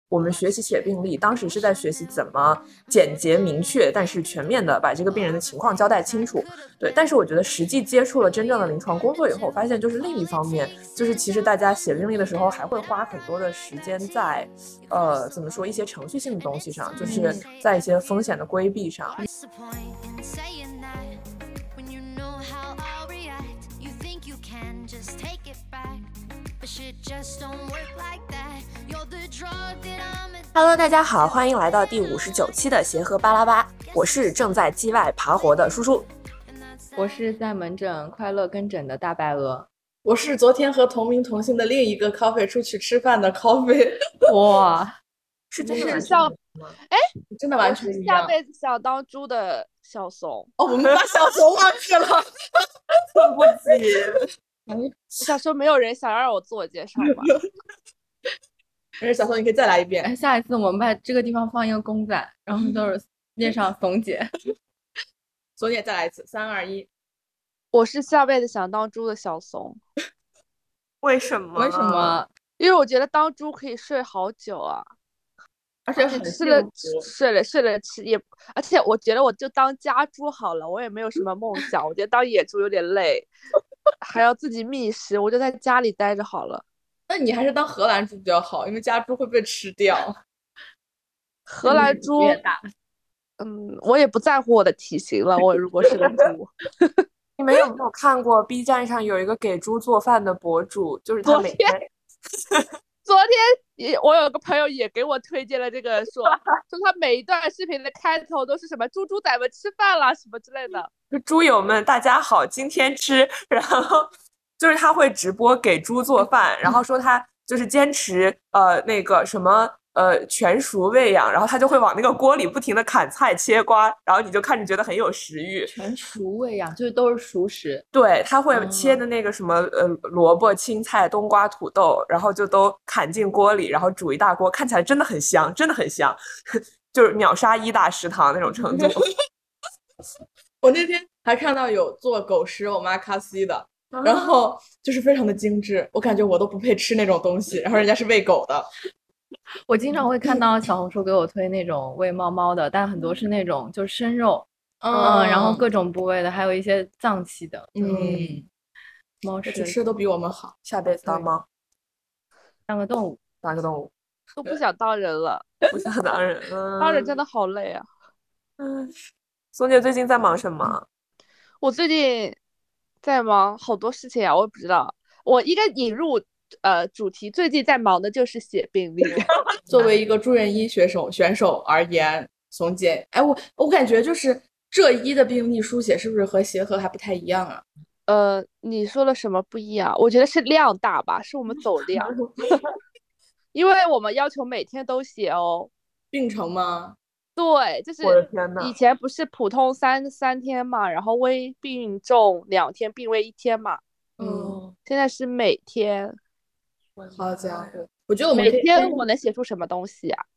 我们学习写病历，当时是在学习怎么简洁明确，但是全面的把这个病人的情况交代清楚。对，但是我觉得实际接触了真正的临床工作以后，我发现就是另一方面，就是其实大家写病历的时候还会花很多的时间在，怎么说一些程序性的东西上，就是在一些风险的规避上。Hello， 大家好，欢迎来到第59期的协和巴拉巴，我是正在机外爬活的叔叔， 我是在门诊快乐跟诊的大白鹅， 我是昨天和同名同姓的另一个 coffee 出去吃饭的 coffee。 哇， 是真的完全像哎， 真的完全一样。 下辈子想当猪的小怂。 哦，我们把小怂忘记了， 对不起。 我想说，没有人想让我自我介绍吧？ 没事，小怂，你可以再来一遍。 下一次我们把这个地方放一个公仔，然后都是念上怂姐。 怂姐再来一次，3、2、1。 我是下辈子想当猪的小怂。 为什么？ 为什么？ 因为我觉得当猪可以睡好久啊， 而且很吃了睡了吃也，而且我觉得我就当家猪好了，我也没有什么梦想，我觉得当野猪有点累，还要自己觅食，我就在家里待着好了。 那你还是当荷兰猪比较好，因为家猪会被吃掉。 荷兰猪越大， 我也不在乎我的体型了。我如果是个猪， 你们有没有看过 B 站上有一个给猪做饭的博主，就是他每天昨天我有个朋友也给我推荐了这个，说他每一段视频的开头都是什么猪猪仔们吃饭啦什么之类的。 猪友们大家好，今天吃，然后就是他会直播给猪做饭，然后说他就是坚持那个什么全熟喂养，然后他就会往那个锅里不停的砍菜切瓜，然后你就看着觉得很有食欲。 全熟喂养就是都是熟食。 对，他会切的那个什么萝卜、青菜、冬瓜、土豆，然后就都砍进锅里，然后煮一大锅，看起来真的很香，真的很香，就是秒杀1大食堂那种程度。 我那天还看到有做狗食我妈卡西的，然后就是非常的精致，我感觉我都不配吃那种东西，然后人家是喂狗的。 我经常会看到小红书给我推那种喂猫猫的，但很多是那种就是生肉，然后各种部位的，还有一些脏器的。猫吃的都比我们好。 下辈子当猫， 当个动物， 当个动物， 都不想当人了， 不想当人， 当人真的好累啊。 松姐最近在忙什么？ 我最近在忙好多事情啊，我也不知道。我应该引入主题，最近在忙的就是写病历。 作为一个住院医选手而言，松姐，哎，我感觉就是浙医的病历书写是不是和协和还不太一样啊？ 你说了什么不一样？我觉得是量大吧，是我们走量，因为我们要求每天都写哦。 病程吗？ 对，就是以前不是普通三天嘛，然后危病重2天，病危1天嘛。现在是每天。 好家伙，我觉得我们每天我能写出什么东西啊？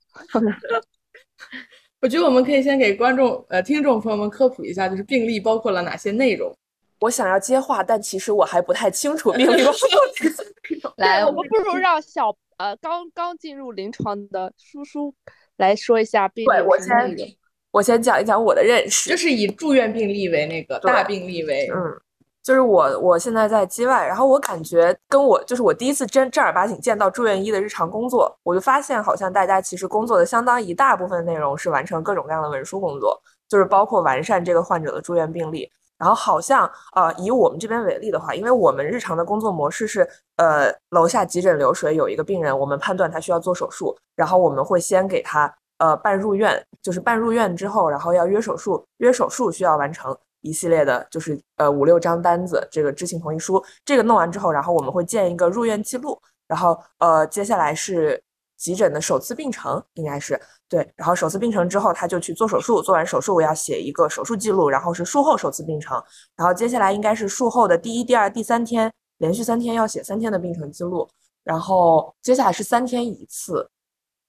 我觉得我们可以先给听众朋友们科普一下，就是病历包括了哪些内容。 我想要接话，但其实我还不太清楚病历包括哪些内容。 来，我们不如让刚进入临床的叔叔来说一下病历。 对，我先讲一讲我的认识， 就是以住院病历为那个大病历为， 就是我现在在机外，然后我感觉就是我第一次正儿八经见到住院医的日常工作，我就发现好像大家其实工作的相当一大部分内容是完成各种各样的文书工作，就是包括完善这个患者的住院病历。然后好像以我们这边为例的话，因为我们日常的工作模式是楼下急诊流水有一个病人，我们判断他需要做手术，然后我们会先给他办入院，就是办入院之后，然后要约手术需要完成一系列的就是5、6张单子，这个知情同意书，这个弄完之后，然后我们会建一个入院记录，然后接下来是急诊的首次病程，应该是对，然后首次病程之后他就去做手术，做完手术我要写一个手术记录，然后是术后首次病程，然后接下来应该是术后的第1、第2、第3天，连续3天要写3天的病程记录，然后接下来是3天一次，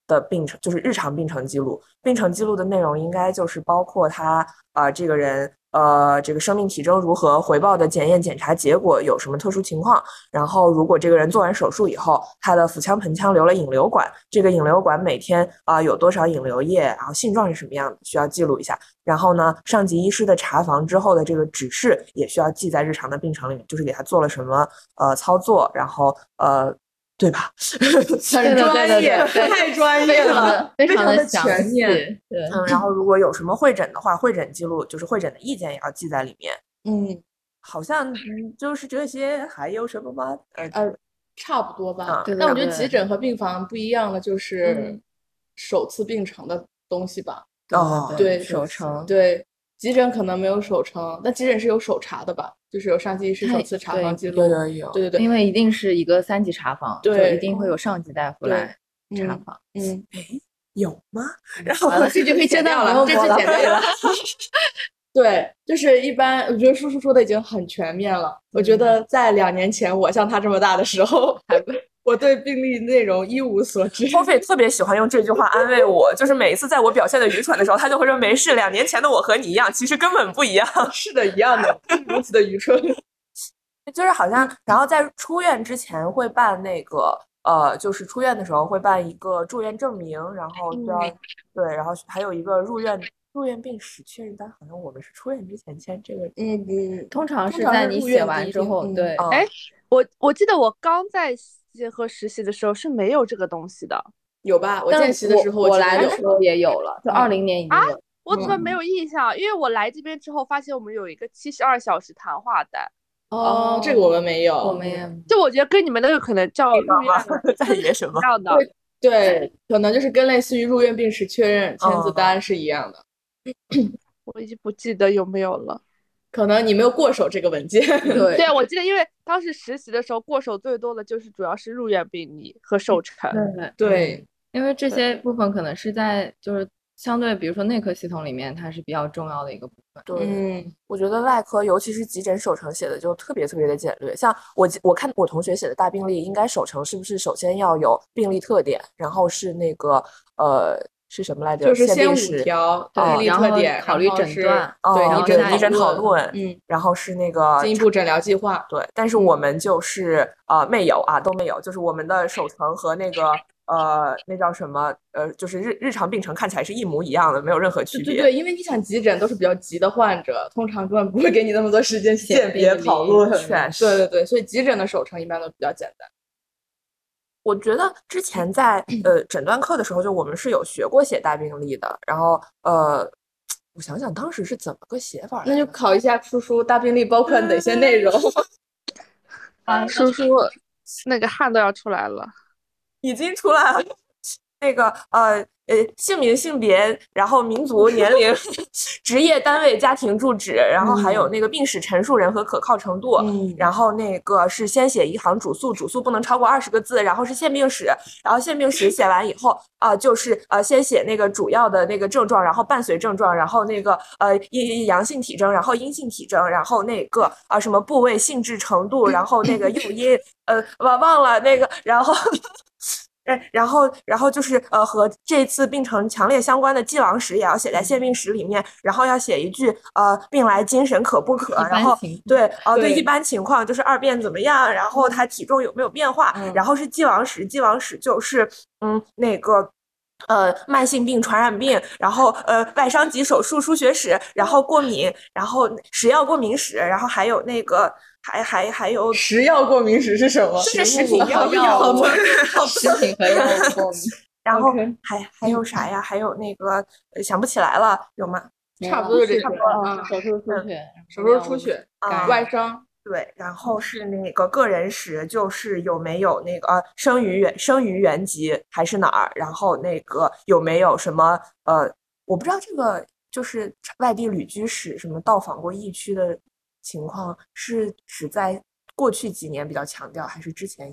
的病程，就是日常病程记录。病程记录的内容应该就是包括他这个人这个生命体征如何，回报的检验检查结果有什么特殊情况，然后如果这个人做完手术以后，他的腹腔盆腔留了引流管，这个引流管每天有多少引流液，然后性状是什么样的，需要记录一下。然后呢，上级医师的查房之后的这个指示也需要记在日常的病程里面，就是给他做了什么操作，然后对吧？ 很专业，太专业了， 非常的全面。 对， 然后如果有什么会诊的话，会诊记录就是会诊的意见也要记在里面。好像就是这些，还有什么吗？ 差不多吧。 对但我觉得急诊和病房不一样的就是首次病程的东西吧。对， 首程。 对，急诊可能没有首程，但急诊是有首查的吧？就是有上级医师首次查房记录。 有。 对对对， 因为一定是一个3级查房， 对， 就一定会有上级大夫来查房。 有吗？然后这就可以剪掉了，这就剪掉了。对，就是一般，我觉得叔叔说的已经很全面了。我觉得在2年前我像他这么大的时候，我对病例内容一无所知。 托菲特别喜欢用这句话安慰我，就是每一次在我表现的愚蠢的时候，他就会说没事，2年前的我和你一样，其实根本不一样。 是的，一样的，如此的愚蠢。 就是好像，然后在出院之前会办那个就是出院的时候会办一个住院证明，然后对，然后还有一个入院病史确认单，好像我们是出院之前签这个。 通常是在你写完之后，对。 我记得我刚在协和实习的时候是没有这个东西的。 有吧？我见习的时候我来的时候也有了，就20年已经有。 我怎么没有印象？因为我来这边之后发现我们有一个72小时谈话单。 这个我们没有。 我们也就我觉得跟你们那个可能叫入院在也什么样的。 对，可能就是跟类似于入院病史确认签字单是一样的。 我已经不记得有没有了， 可能你没有过手这个文件。 对，我记得，因为当时实习的时候过手最多的就是主要是入院病例和首程。 对， 因为这些部分可能是在就是相对比如说内科系统里面它是比较重要的一个部分。 对，我觉得外科尤其是急诊首程写的就特别的简略。像我看我同学写的大病例，应该首程是不是首先要有病例特点，然后是那个是什么来着？ 就是先5条病例特点， 考虑诊断， 对， 医诊讨论，然后是那个进一步诊疗计划。 对，但是我们就是没有都没有，就是我们的首程和那个那叫什么就是日常病程看起来是一模一样的，没有任何区别。 对，因为你想急诊都是比较急的患者，通常根本不会给你那么多时间鉴别讨论。对，所以急诊的首程一般都比较简单。 我觉得之前在诊断课的时候，就我们是有学过写大病例的，然后我想想当时是怎么个写法。 那就考一下叔叔，大病例包括哪些内容？ 叔叔那个汗都要出来了， 已经出来了。那个姓名、性别，然后民族、年龄、职业单位、家庭住址，然后还有那个病史陈述人和可靠程度，然后那个是先写一行主诉，主诉不能超过20个字，然后是限病史，然后限病史写完以后就是先写那个主要的那个症状，然后伴随症状，然后那个阳性体征，然后阴性体征，然后那个什么部位、性质程度，然后那个诱因忘了那个，然后。然后就是和这次病程强烈相关的既往史也要写在限病史里面，然后要写一句病来精神可不可，然后对一般情况就是2便怎么样，然后他体重有没有变化，然后是既往史就是那个慢性病、传染病，然后外伤及手术输血史，然后过敏，然后食药过敏史，然后还有那个还有食药过敏史是什么？ 就是食品药物，食品和药物过敏。 然后还有啥呀？还有那个想不起来了，有吗？ 差不多就这些。 手术出血， 手术出血，外伤。 对，然后是那个个人史，就是有没有那个生于原籍还是哪儿，然后那个有没有什么我不知道这个就是外地旅居史，什么到访过疫区的情况，是只在过去几年比较强调，还是之前也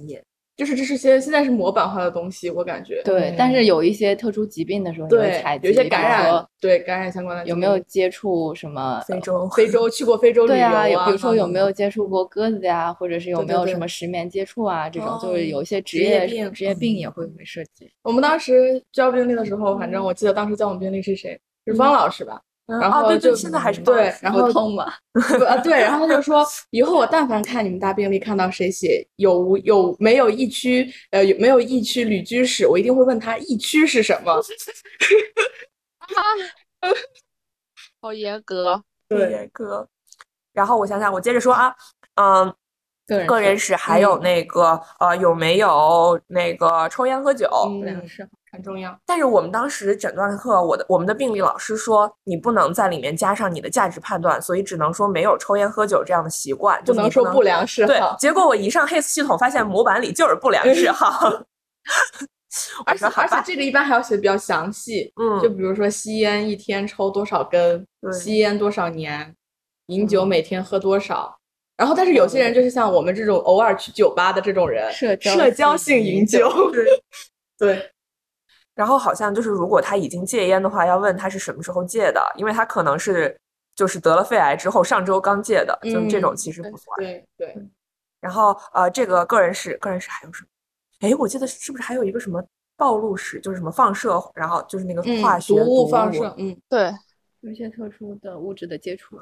就是这是些现在是模板化的东西，我感觉。 对，但是有一些特殊疾病的时候， 对，有一些感染，对感染相关的， 有没有接触什么非洲去过非洲旅游啊？比如说有没有接触过鸽子呀，或者是有没有什么石棉接触啊？这种就是有一些职业病也会涉及。 我们当时交病历的时候，反正我记得当时交我们病历是谁？是方老师吧？然后对，现在还是对，然后痛嘛， 对，然后他就说，以后我但凡看你们大病历看到谁写有没有疫区没有疫区旅居史，我一定会问他疫区是什么。 好严格， 对严格。然后我想想，我接着说啊，个人史还有那个有没有那个抽烟喝酒， 是很重要。 但是我们当时诊断课，我们的病历老师说，你不能在里面加上你的价值判断，所以只能说没有抽烟喝酒这样的习惯， 不能说不良嗜好。 对，结果我一上 HACE 系统，发现模板里就是不良嗜好。 而且这个一般还要写比较详细，就比如说吸烟一天抽多少根，吸烟多少年，饮酒每天喝多少。然后，但是有些人就是像我们这种偶尔去酒吧的这种人，社交性饮酒。对。 然后好像就是如果他已经戒烟的话，要问他是什么时候戒的，因为他可能是就是得了肺癌之后上周刚戒的，就这种其实不算。 对。 然后这个个人史还有什么？哎，我记得是不是还有一个什么暴露史，就是什么放射，然后就是那个化学毒物放射， 对， 有一些特殊的物质的接触，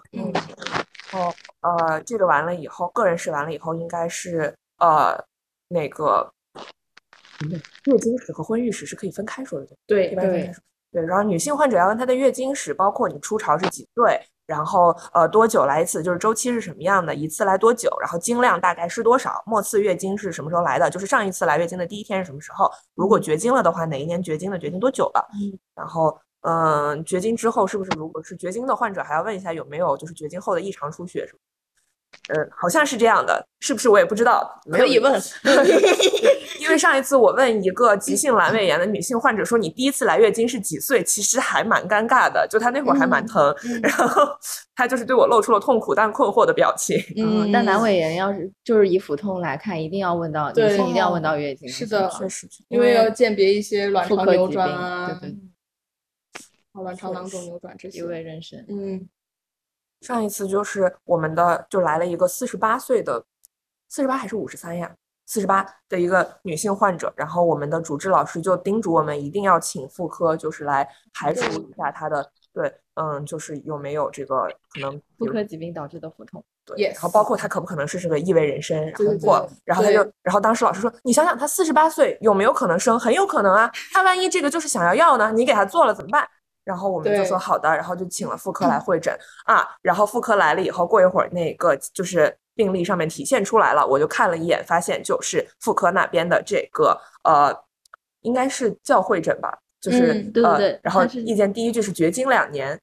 这个完了以后，个人史完了以后，应该是那个月经史和婚育史是可以分开说的， 对， 一般分开说。对，然后女性患者要问她的月经史，包括你初潮是几岁，然后多久来一次，就是周期是什么样的，一次来多久，然后经量大概是多少，末次月经是什么时候来的，就是上一次来月经的第一天是什么时候，如果绝经了的话，哪一年绝经的，绝经多久了，然后绝经之后是不是如果是绝经的患者，还要问一下有没有就是绝经后的异常出血什么。好像是这样的，是不是我也不知道， 可以问。 因为上一次我问一个急性阑尾炎的女性患者说你第一次来月经是几岁，其实还蛮尴尬的，就她那会儿还蛮疼，然后她就是对我露出了痛苦但困惑的表情。 但阑尾炎要是就是以腹痛来看，一定要问到女性，一定要问到月经。 是的， 确实， 因为要鉴别一些卵巢扭转啊， 对，卵巢囊肿扭转这些， 一位妊娠。 上一次就是我们的就来了一个48岁的，48还是53呀？48的一个女性患者，然后我们的主治老师就叮嘱我们一定要请妇科，就是来排除一下她的就是有没有这个可能妇科疾病导致的腹痛。 对，然后包括她可不可能是这个异位妊娠，然后然后当时老师说，你想想她48岁有没有可能生？很有可能啊，她万一这个就是想要药呢，你给她做了怎么办？然后我们就说好的，然后就请了妇科来会诊然后妇科来了以后，过一会儿那个就是病历上面体现出来了，我就看了一眼，发现就是妇科那边的这个应该是叫会诊吧，就是对， 然后意见第一句是绝经2年，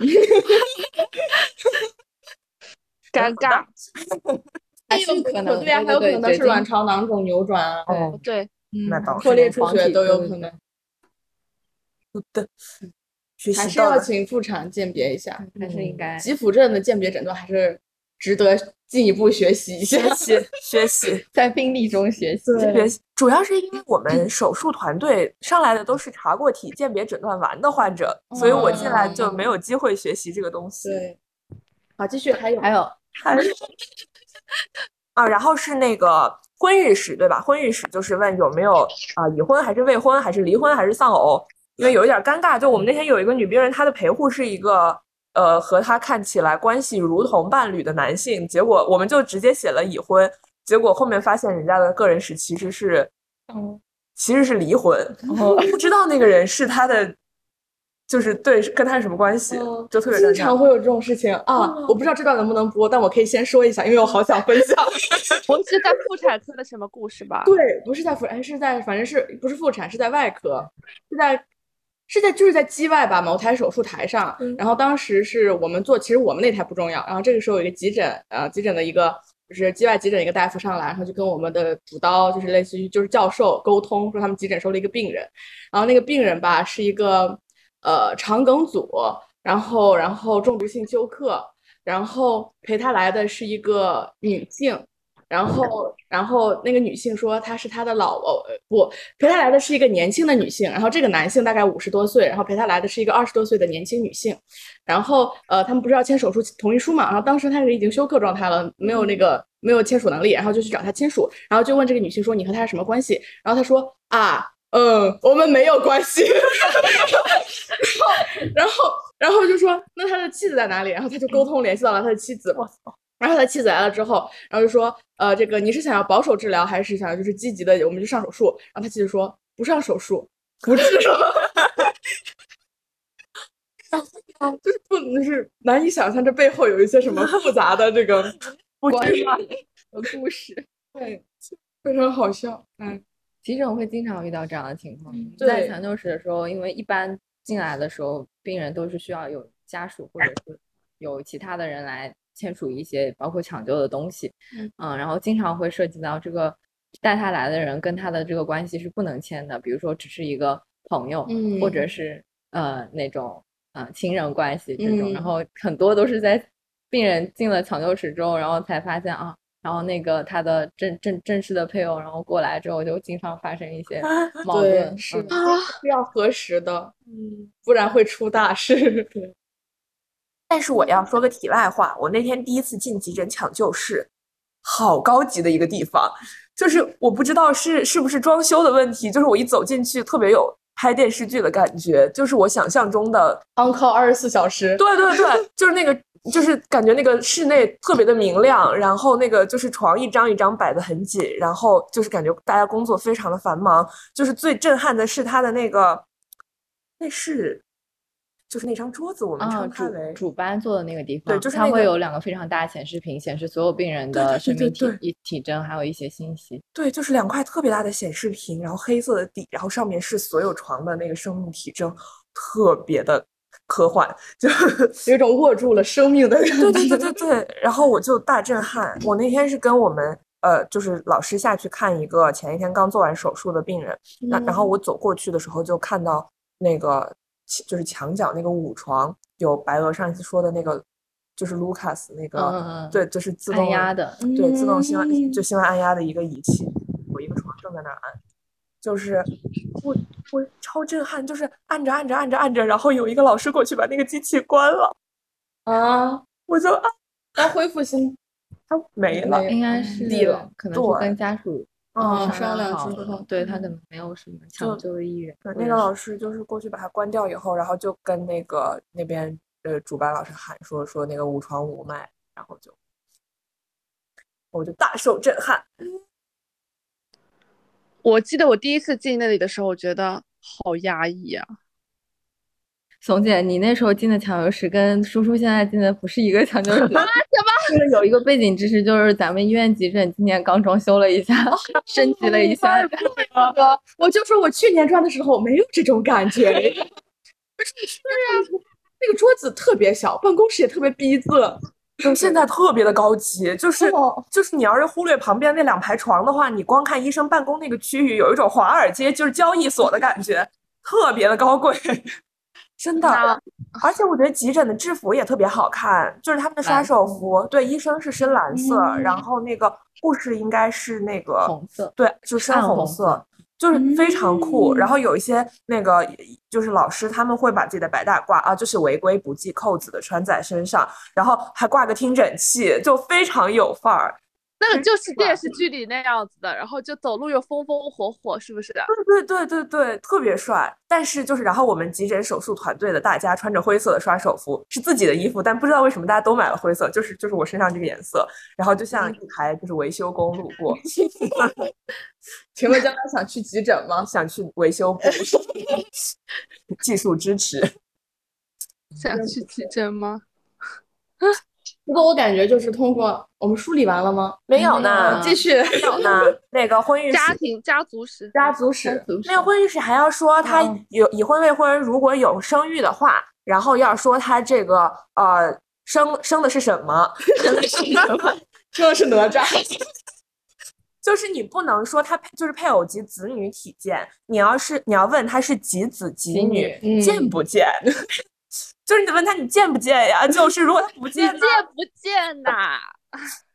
尴尬， 还有可能对呀，还有可能是卵巢囊肿扭转啊， 对， 那倒破裂出血都有可能， 的。 还是要请妇产鉴别一下， 还是应该急腹症的鉴别诊断还是值得进一步学习一下， 学习在病例中学习。 主要是因为我们手术团队上来的都是查过体、鉴别诊断完的患者，所以我进来就没有机会学习这个东西。 对，好，继续，还有然后是那个婚育史，对吧？婚育史就是问有没有已婚还是未婚，还是离婚还是丧偶。因为有一点尴尬，就我们那天有一个女病人，她的陪护是一个和她看起来关系如同伴侣的男性，结果我们就直接写了已婚，结果后面发现人家的个人史其实是离婚，不知道那个人是他的，就是对跟他是什么关系，就特别经常会有这种事情我不知道这段能不能播，但我可以先说一下，因为我好想分享。 不是在妇产科的什么故事吧？ 对，不是在是在反正是不是妇产，是在外科，就是在机外吧，某台手术台上，然后当时是我们做，其实我们那台不重要，然后这个时候有一个急诊的一个就是机外急诊一个大夫上来，然后就跟我们的主刀就是类似于就是教授沟通，说他们急诊收了一个病人，然后那个病人吧是一个肠梗阻，然后中毒性休克，然后陪他来的是一个女性。 然后那个女性说她是他的不，陪她来的是一个年轻的女性，然后这个男性大概50多岁，然后陪她来的是一个20多岁的年轻女性，然后他们不是要签手术同意书嘛，然后当时他是已经休克状态了，没有签署能力，然后就去找他签署，然后就问这个女性说你和他是什么关系，然后他说我们没有关系，然后就说那他的妻子在哪里？然后他就沟通联系到了他的妻子，然后他妻子来了之后，然后就说这个你是想要保守治疗还是想要就是积极的我们就上手术？然后他妻子说不上手术，不治。就是难以想象这背后有一些什么复杂的这个关系和故事， 对，非常好笑。 急诊会经常遇到这样的情况。 在抢救室的时候，因为一般进来的时候，病人都是需要有家属或者是有其他的人来签署一些包括抢救的东西。然后经常会涉及到这个带他来的人跟他的这个关系是不能签的，比如说只是一个朋友，或者是那种亲人关系这种。然后很多都是在病人进了抢救室之后，然后才发现然后那个他的正式的配偶，然后过来之后就经常发生一些矛盾， 是要核实的，不然会出大事。 但是我要说个题外话，我那天第一次进急诊抢救室，好高级的一个地方，就是我不知道是不是装修的问题，就是我一走进去特别有拍电视剧的感觉，就是我想象中的 on call 24小时。 对，就是那个。就是感觉那个室内特别的明亮，然后那个就是床一张一张摆得很紧，然后就是感觉大家工作非常的繁忙。就是最震撼的是他的就是那张桌子，我们称它为主班坐的那个地方。 对，就是它会有2个非常大的显示屏，显示所有病人的生命体征，还有一些信息。 对，就是2块特别大的显示屏，然后黑色的底，然后上面是所有床的那个生命体征，特别的科幻，就有一种握住了生命的感觉。 对，然后我就大震撼。我那天是跟我们就是老师下去看一个前一天刚做完手术的病人，然后我走过去的时候就看到那个就是墙角那个5床有白鹅上一次说的那个就是卢卡斯那个对，就是自动按压的， 对，自动心外按压的一个仪器，我一个床正在那儿按。就是我超震撼，就是按着，然后有一个老师过去把那个机器关了我就要恢复他没了， 应该是地了， 可能是跟家属商量之后， 对他可能没有什么抢救的意愿。 对，那个老师就是过去把它关掉以后，然后就跟那边主班老师喊说那个5床无脉，然后我就大受震撼。 我记得我第一次进那里的时候，我觉得好压抑啊。 怂姐，你那时候进的抢救室跟叔叔现在进的不是一个抢救室。 什么？ 就是有一个背景知识，就是咱们医院急诊今年刚装修了一下，升级了一下。 我就说我去年转的时候没有这种感觉。对呀，那个桌子特别小，办公室也特别逼仄。 现在特别的高级，就是你要是忽略旁边那2排床的话，你光看医生办公那个区域，有一种华尔街就是交易所的感觉，特别的高贵，真的。而且我觉得急诊的制服也特别好看，就是他们的刷手服，对，医生是深蓝色，然后那个护士应该是那个红色， 对，就深红色。就是非常酷，然后有一些那个就是老师他们会把自己的白大褂就是违规不系扣子的穿在身上，然后还挂个听诊器，就非常有范儿。 那个就是电视剧里那样子的，然后就走路又风风火火，是不是？ 对，特别帅。但是就是，然后我们急诊手术团队的大家穿着灰色的刷手服，是自己的衣服，但不知道为什么大家都买了灰色，就是我身上这个颜色，然后就像一台就是维修工路过。 请问将来想去急诊吗？ 想去维修部，技术支持。 想去急诊吗？ 不过我感觉就是通过我们梳理完了吗？ 没有呢， 继续。 没有呢。那个婚育家族史， 那个婚育史还要说他有已婚未婚，如果有生育的话，然后要说他这个生的是什么？生的是什么？ 生的是哪吒。 就是你不能说他就是配偶及子女体健，你要问他是几子几女，健不健？就是你问他你健不健呀？就是如果他不健， 你健不健呐？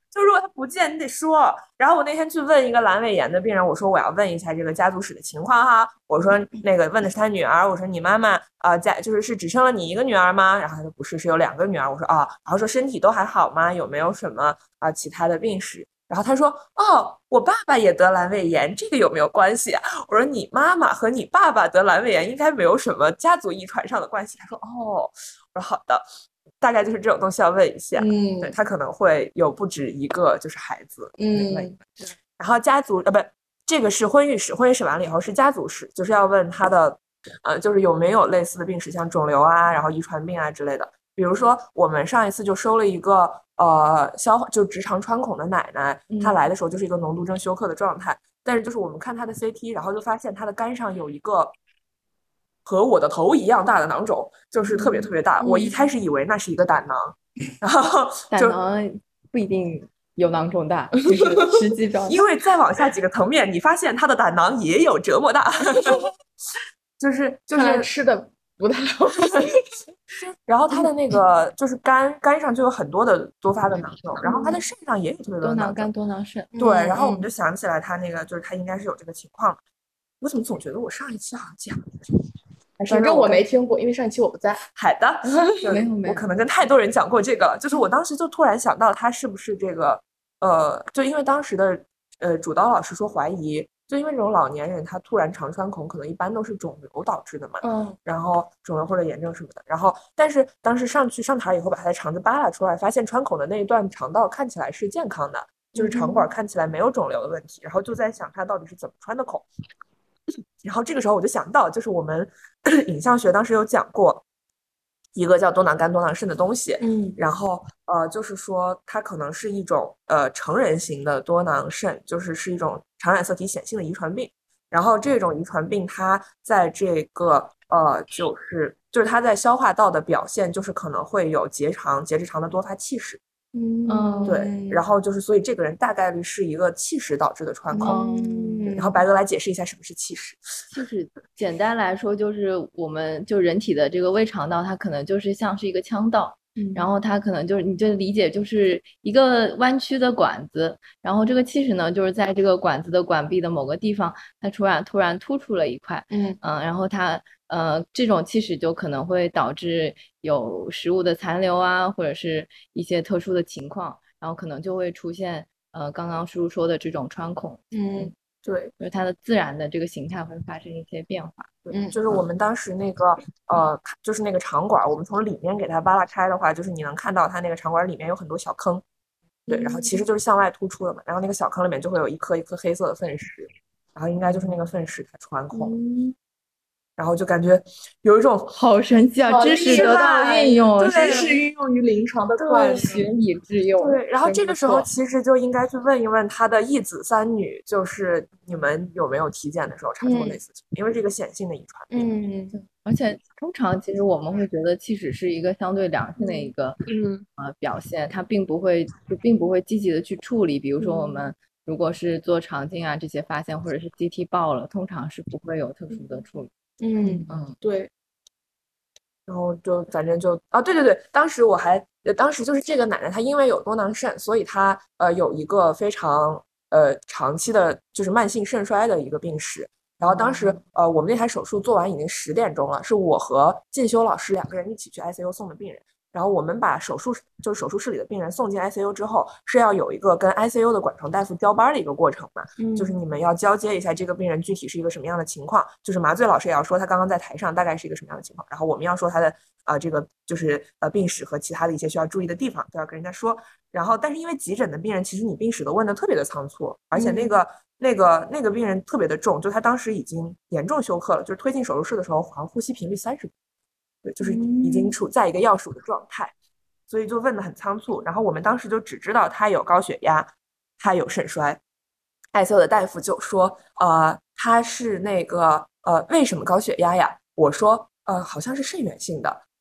就如果他不见，你得说。然后我那天去问一个阑尾炎的病人，我说我要问一下这个家族史的情况哈。我说那个问的是他女儿，我说你妈妈就是只生了你一个女儿吗？然后他说不是，是有2个女儿。我说啊，然后说身体都还好吗？有没有什么其他的病史？然后他说哦，我爸爸也得阑尾炎，这个有没有关系啊？我说你妈妈和你爸爸得阑尾炎应该没有什么家族遗传上的关系。他说哦，我说好的。大概就是这种东西要问一下，对，他可能会有不止一个就是孩子，然后家族不，这个是婚育史，婚育史完了以后是家族史，就是要问他的就是有没有类似的病史，像肿瘤啊，然后遗传病啊之类的。比如说我们上一次就收了一个就直肠穿孔的奶奶，她来的时候就是一个脓毒症休克的状态，但是就是我们看她的 CT， 然后就发现她的肝上有一个和我的头一样大的囊肿，就是特别特别大。我一开始以为那是一个胆囊，然后胆囊不一定有囊肿大，就是实际状态。 因为再往下几个层面，你发现他的胆囊也有这么大，就是吃的不太好。 然后他的那个就是肝上就有很多的多发的囊肿，然后他的肾上也有特别多的囊肿， 多囊肝多囊肾。 对，然后我们就想起来他那个就是他应该是有这个情况。我怎么总觉得我上一期好像讲过这个？ 反正我没听过，因为上一期我不在。 好的， 没有， 我可能跟太多人讲过这个了。就是我当时就突然想到，他是不是这个就因为当时的主刀老师说怀疑，就因为这种老年人他突然肠穿孔，可能一般都是肿瘤导致的嘛。然后肿瘤或者炎症什么的。然后但是当时上台以后，把他的肠子扒拉出来，发现穿孔的那一段肠道看起来是健康的，就是肠管看起来没有肿瘤的问题。然后就在想他到底是怎么穿的孔。然后这个时候我就想到，就是我们影像学当时有讲过一个叫多囊肝多囊肾的东西，然后就是说它可能是一种成人型的多囊肾，是一种常染色体显性的遗传病。然后这种遗传病它在这个就是它在消化道的表现，就是可能会有结直肠的多发气室。对，然后所以这个人大概率是一个气室导致的穿孔。然后白鹅来解释一下什么是气室。 气室简单来说就是我们就人体的这个胃肠道，它可能就是像是一个腔道，然后它可能就是你就理解就是一个弯曲的管子，然后这个气室呢就是在这个管子的管壁的某个地方，它突然突出了一块，然后它这种气室就可能会导致有食物的残留啊，或者是一些特殊的情况，然后可能就会出现刚刚叔叔说的这种穿孔。 对， 就是它的自然的这个形态会发生一些变化。 就是我们当时那个就是那个肠管，我们从里面给它扒拉开的话，就是你能看到它那个肠管里面有很多小坑，对，然后其实就是向外突出的嘛，然后那个小坑里面就会有一颗一颗黑色的粪石，然后应该就是那个粪石它穿孔。然后就感觉有一种好神奇啊，知识得到运用， 知识运用于临床的快学以致用。 对，然后这个时候其实就应该去问一问他的一子三女，就是你们有没有体检的时候查出过类似情况，因为这个显性的遗传病。 而且通常其实我们会觉得气室是一个相对良性的一个表现，它并不会积极的去处理。比如说我们如果是做肠镜啊这些发现，或者是 CT 报了，通常是不会有特殊的处理。 对。 然后就反正就对，当时就是这个奶奶她因为有多囊肾，所以她有一个非常长期的就是慢性肾衰的一个病史。然后当时我们那台手术做完已经10点钟了，是我和进修老师2个人一起去 ICU 送的病人。然后我们把手术室里的病人送进 ICU 之后，是要有一个跟 ICU 的管床大夫交班的一个过程嘛，就是你们要交接一下这个病人具体是一个什么样的情况，就是麻醉老师也要说他刚刚在台上大概是一个什么样的情况，然后我们要说他的这个就是病史和其他的一些需要注意的地方都要跟人家说。然后但是因为急诊的病人其实你病史都问的特别的仓促，而且那个病人特别的重，就他当时已经严重休克了，就是推进手术室的时候好像呼吸频率30度，对，就是已经处在一个要数的状态，所以就问得很仓促。然后我们当时就只知道他有高血压，他有肾衰。ICU 的大夫就说，他是那个为什么高血压呀？我说好像是肾源性的。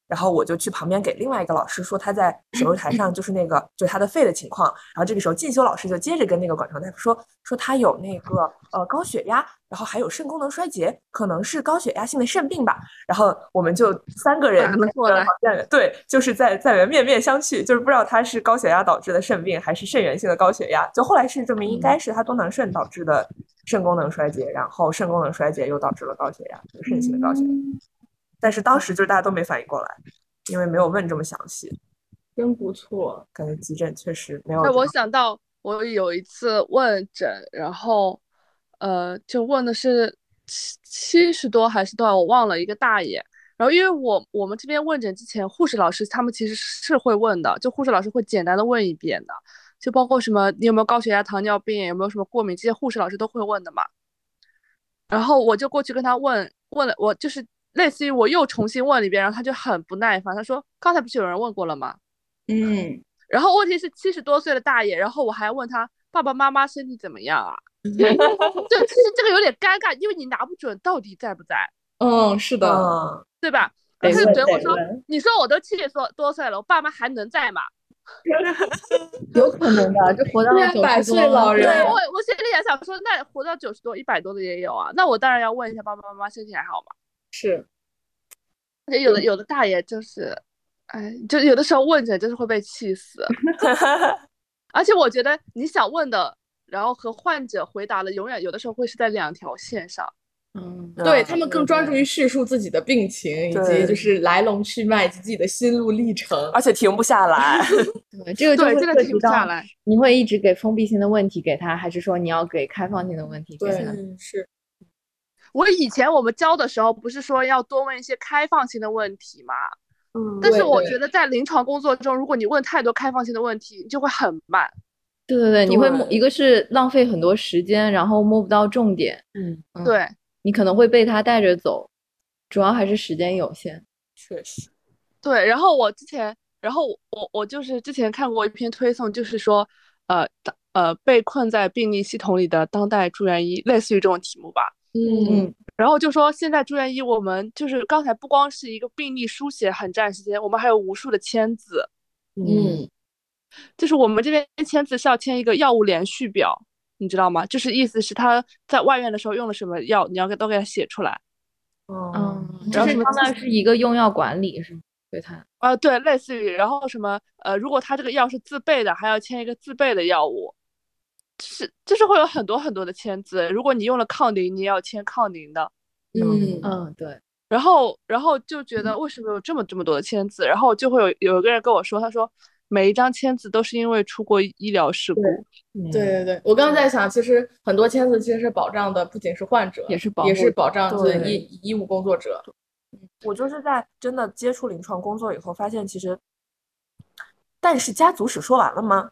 然后我就去旁边给另外一个老师说他在手术台上就是就是他的肺的情况，然后这个时候进修老师就接着跟那个管床大夫说他有那个高血压，然后还有肾功能衰竭，可能是高血压性的肾病吧。然后我们就3个人过来， 对，就是在面面相觑，就是不知道他是高血压导致的肾病还是肾源性的高血压。就后来是证明应该是他多囊肾导致的肾功能衰竭，然后肾功能衰竭又导致了高血压，就是肾性的高血压。但是当时就是大家都没反应过来，因为没有问这么详细。 真不错， 感觉急诊确实没有。 我想到我有一次问诊，然后就问的是70多还是多少，我忘了，一个大爷。然后因为我们这边问诊之前，护士老师他们其实是会问的，就护士老师会简单的问一遍的，就包括什么你有没有高血压、糖尿病，有没有什么过敏，这些护士老师都会问的嘛。然后我就过去跟他问了，我就是类似于我又重新问了一遍，然后他就很不耐烦，他说刚才不是有人问过了吗？然后问题是70多岁的大爷，然后我还问他爸爸妈妈身体怎么样啊？就其实这个有点尴尬，因为你拿不准到底在不在。 是的， 对吧？他就怼我说：“你说我都70多岁了，我爸妈还能在吗？” 有可能的，就活到 100岁老人。 对，我心里也想说，那活到90多、100多的也有啊。那我当然要问一下爸爸妈妈身体还好吗？ 是， 而且有的大爷就是，哎，就有的时候问诊就是会被气死。而且我觉得你想问的，然后和患者回答的，永远有的时候会是在2条线上。 对，他们更专注于叙述自己的病情，以及就是来龙去脉以及自己的心路历程， 而且停不下来。 对，这个就会停不下来。 你会一直给封闭性的问题给他，还是说你要给开放性的问题给他？ 是。 我们教的时候不是说要多问一些开放性的问题吗？但是我觉得在临床工作中，如果你问太多开放性的问题，就会很慢。 对，你会一个是浪费很多时间，然后摸不到重点。 对， 你可能会被他带着走，主要还是时间有限。 确实。 对，然后我就是之前看过一篇推送，就是说被困在病历系统里的当代住院医，类似于这种题目吧。然后就说现在住院医，我们就是刚才不光是一个病历书写很占时间，我们还有无数的签字。就是我们这边签字是要签一个药物连续表，你知道吗？就是意思是他在外院的时候用了什么药，你要都给他写出来。 然后什么相当于是一个用药管理是吗？对他对，类似于，然后什么如果他这个药是自备的，还要签一个自备的药物。就是会有很多很多的签字，如果你用了抗凝，你也要签抗凝的。 对。 然后就觉得为什么有这么多的签字？然后就会有一个人跟我说，他说每一张签字都是因为出过医疗事故。 对，我刚刚在想，其实很多签字其实是保障的，不仅是患者， 也是保障医务工作者。 我就是在真的接触临床工作以后，发现其实，但是家族史说完了吗？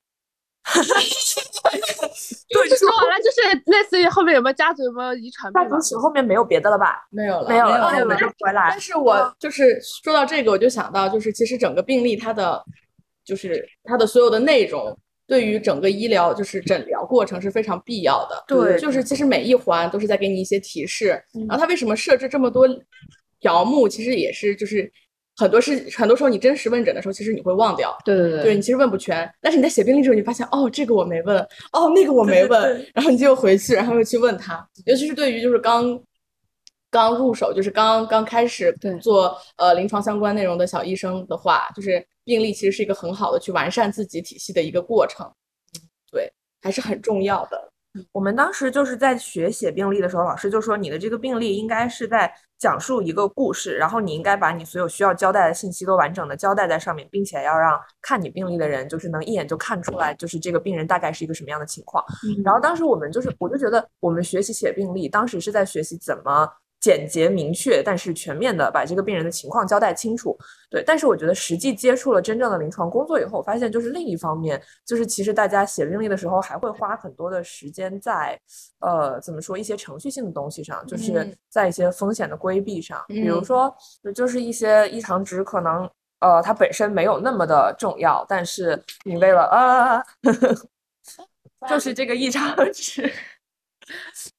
对，说完了，就是类似于后面有没有家族有没有遗传病？ 家族史后面没有别的了吧？ 没有了。 回来。 但是我就是说到这个，我就想到，就是其实整个病历它的所有的内容，对于整个医疗就是诊疗过程是非常必要的。 对， 就是其实每一环都是在给你一些提示。然后它为什么设置这么多条目，其实也是就是很多时候你真实问诊的时候，其实你会忘掉。 对， 你其实问不全，但是你在写病历之后，你发现这个我没问，那个我没问，然后你就又回去，然后又去问他。尤其是对于就是刚入手，就是刚开始做临床相关内容的小医生的话，就是病历其实是一个很好的去完善自己体系的一个过程。对，还是很重要的。 我们当时就是在学写病历的时候，老师就说你的这个病历应该是在讲述一个故事，然后你应该把你所有需要交代的信息都完整的交代在上面，并且要让看你病历的人就是能一眼就看出来，就是这个病人大概是一个什么样的情况。然后当时我就觉得我们学习写病历，当时是在学习怎么简洁明确但是全面的把这个病人的情况交代清楚。对，但是我觉得实际接触了真正的临床工作以后，发现就是另一方面，就是其实大家写病历的时候还会花很多的时间在怎么说一些程序性的东西上，就是在一些风险的规避上。比如说就是一些异常值可能它本身没有那么的重要，但是你为了就是这个异常值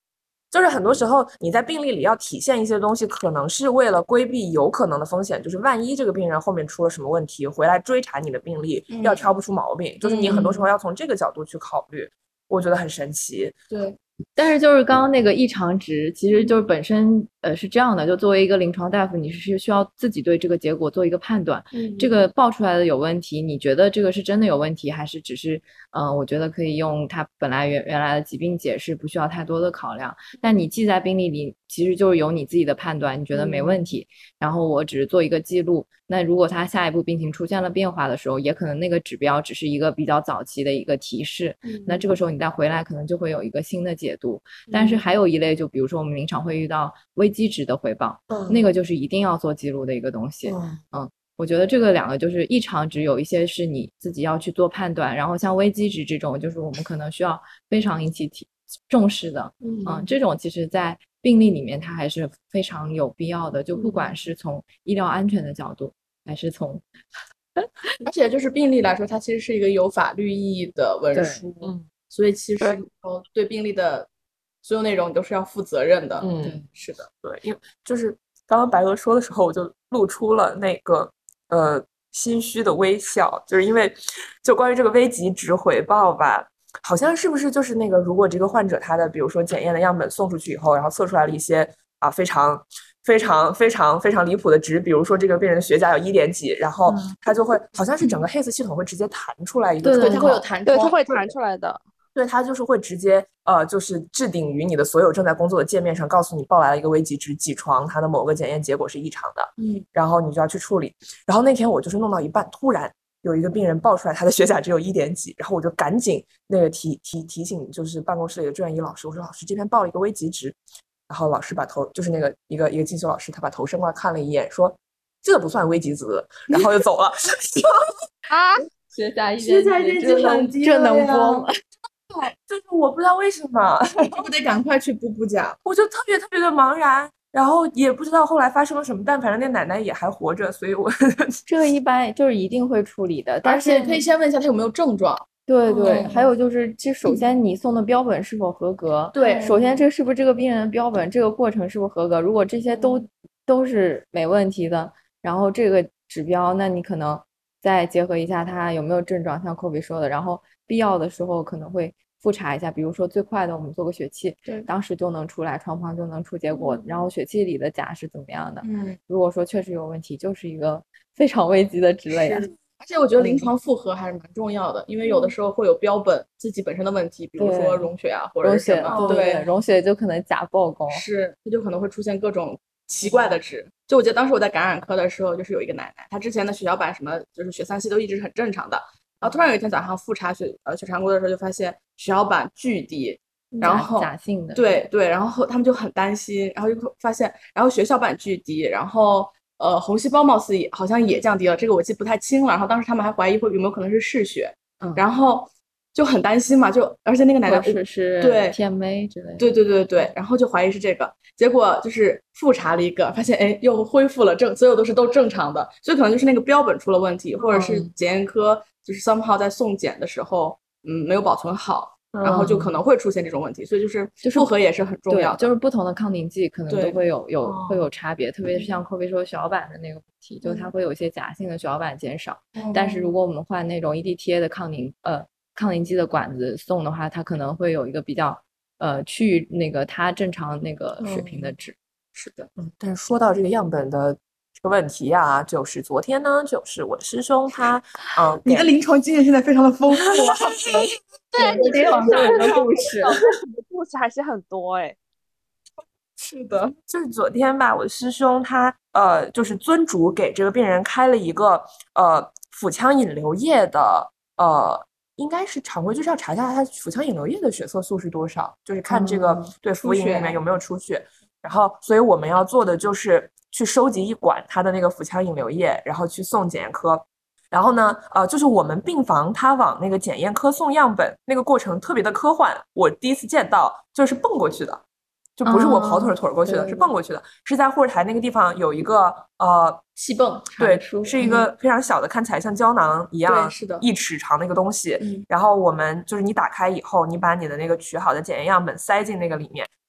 就是很多时候你在病历里要体现一些东西，可能是为了规避有可能的风险，就是万一这个病人后面出了什么问题，回来追查你的病历，要挑不出毛病，就是你很多时候要从这个角度去考虑，我觉得很神奇。 对。 但是就是刚刚那个异常值，其实就是本身是这样的，就作为一个临床大夫，你是需要自己对这个结果做一个判断。这个报出来的有问题，你觉得这个是真的有问题，还是只是我觉得可以用它本来原来的疾病解释，不需要太多的考量。但你记在病历里，其实就是有你自己的判断，你觉得没问题，然后我只是做一个记录。那如果它下一步病情出现了变化的时候，也可能那个指标只是一个比较早期的一个提示，那这个时候你再回来可能就会有一个新的解读。但是还有一类，就比如说我们临场会遇到危机值的回报，那个就是一定要做记录的一个东西。我觉得这个两个就是异常值，有一些是你自己要去做判断，然后像危机值这种，就是我们可能需要非常引起重视的。这种其实在病例里面它还是非常有必要的，就不管是从医疗安全的角度，还是从而且就是病例来说，它其实是一个有法律意义的文书，所以其实对病例的所有内容你都是要负责任的。 对， 是的， 对，因为就是刚刚白鹅说的时候，我就露出了那个心虚的微笑，就是因为就关于这个危急值回报吧，好像是不是就是那个，如果这个患者他的比如说检验的样本送出去以后，然后测出来了一些非常离谱的值，比如说这个病人血钾有1点几，然后他就会好像是整个 HACE 系统会直接弹出来一个， 对，它会有弹窗， 对，它会弹出来的。 对，它就是会直接就是置顶于你的所有正在工作的界面上，告诉你报来了一个危急值几床，它的某个检验结果是异常的，然后你就要去处理。然后那天我就是弄到一半，突然有一个病人报出来他的血钾只有1点几，然后我就赶紧那个提醒就是办公室里的住院医老师，我说老师这边报了一个危急值，然后老师把头就是那个一个进修老师，他把头伸过来看了一眼，说这不算危急值，然后就走了。 血钾 1点几很低， 这能播吗？ 对，就是我不知道为什么， 我得赶快去补钾， 我就特别的茫然，然后也不知道后来发生了什么，但反正那奶奶也还活着，所以我这个一般就是一定会处理的， 而且可以先问一下他有没有症状。 对，还有就是，其实首先你送的标本是否合格？ 对， 首先这是不是这个病人的标本，这个过程是否合格？如果这些都是没问题的，然后这个指标，那你可能再结合一下他有没有症状，像 Kobe 说的，然后必要的时候可能会复查一下，比如说最快的我们做个血气，当时就能出来，床旁就能出结果，然后血气里的钾是怎么样的？如果说确实有问题，就是一个非常危急的值了呀。 而且我觉得临床复核还是蛮重要的，因为有的时候会有标本自己本身的问题，比如说溶血或者是什么， 对，溶血就可能钾爆高， 是，它就可能会出现各种奇怪的值。就我记得当时我在感染科的时候，就是有一个奶奶，她之前的血小板什么就是血三系都一直是很正常的，然后突然有一天早上复查血常规的时候，就发现血小板巨低，然后假性的， 对，然后他们就很担心，然后就发现，然后血小板巨低，然后红细胞貌似好像也降低了，这个我记不太清了。然后当时他们还怀疑有没有可能是嗜血，然后就很担心嘛，而且那个奶奶是对 TMA 之类的， 对，然后就怀疑是这个，结果就是复查了一个，发现又恢复了所有都正常的，所以可能就是那个标本出了问题，或者是检验科就是 somehow 在送检的时候没有保存好。然后就可能会出现这种问题，所以就是复核也是很重要的， 就是不同的抗凝剂可能都会有差别，特别是像Kobe说血小板的那个问题，就它会有一些假性的血小板减少，但是如果我们换那种 EDTA 的抗凝剂的管子送的话，它可能会有一个比较去那个它正常那个水平的值。 是的， 但是说到这个样本的这个问题啊，就是昨天呢，就是我的师兄他， 你的临床经验现在非常的丰富啊。 对，你临床上的故事， 故事还是很多是的， 就是昨天吧，我的师兄他就是尊主给这个病人开了一个腹腔引流液的应该是常规，就是要查一下他腹腔引流液的血色素是多少，就是看这个对腹饮里面有没有出血。然后，所以我们要做的就是去收集一管他的那个腹腔引流液，然后去送检验科。然后呢，就是我们病房他往那个检验科送样本，那个过程特别的科幻。我第一次见到就是蹦过去的，就不是我跑腿过去的，是蹦过去的，是在护士台那个地方有一个气泵， 对，是一个非常小的，看起来像胶囊一样， 是的， 1尺长的一个东西。然后我们就是你打开以后，你把你的那个取好的检验样本塞进那个里面。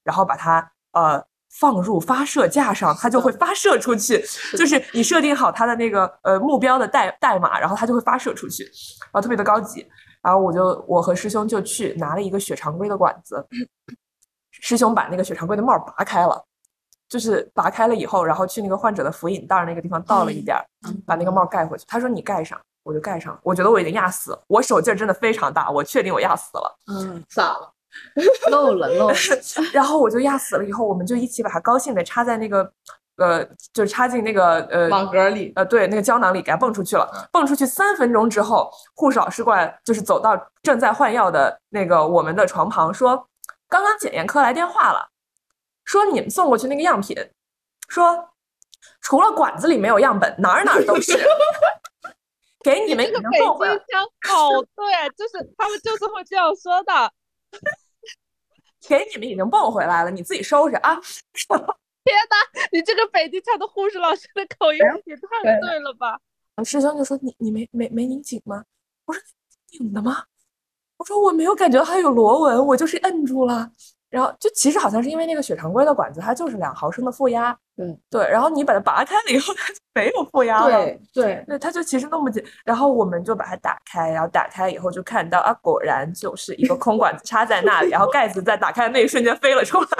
然后把它放入发射架上，它就会发射出去。就是你设定好它的那个目标的代码，然后它就会发射出去，然后特别的高级。然后我和师兄就去拿了一个血常规的管子，师兄把那个血常规的帽拔开了，就是拔开了以后，然后去那个患者的辅引袋那个地方倒了一点，把那个帽盖回去。他说你盖上，我就盖上。我觉得我已经压死了，我手劲真的非常大，我确定我压死了。 洒了。 漏了。 然后我就压死了以后，我们就一起把它高兴的插在那个就插进那个网格里， 对，那个胶囊里给它蹦出去了。蹦出去3分钟之后，护士老师过来，就是走到正在换药的那个我们的床旁，说刚刚检验科来电话了，说你们送过去那个样品，说除了管子里没有样本，哪儿都是。给你们已经送回来。 这个北京腔好对，就是他们就是会这样说的。 给你们已经蹦回来了，你自己收拾啊！ 天哪，你这个北京腔的护士老师的口音也太对了吧！ 师兄就说你没拧紧吗？我说拧的吗？我说我没有感觉它有螺纹，我就是摁住了。然后就其实好像是因为那个血常规的管子，它就是2毫升的负压，对，然后你把它拔开了以后，它就没有负压了，对，它就其实弄不紧。然后我们就把它打开，然后打开以后就看到啊，果然就是一个空管子插在那里，然后盖子在打开的那一瞬间飞了出来，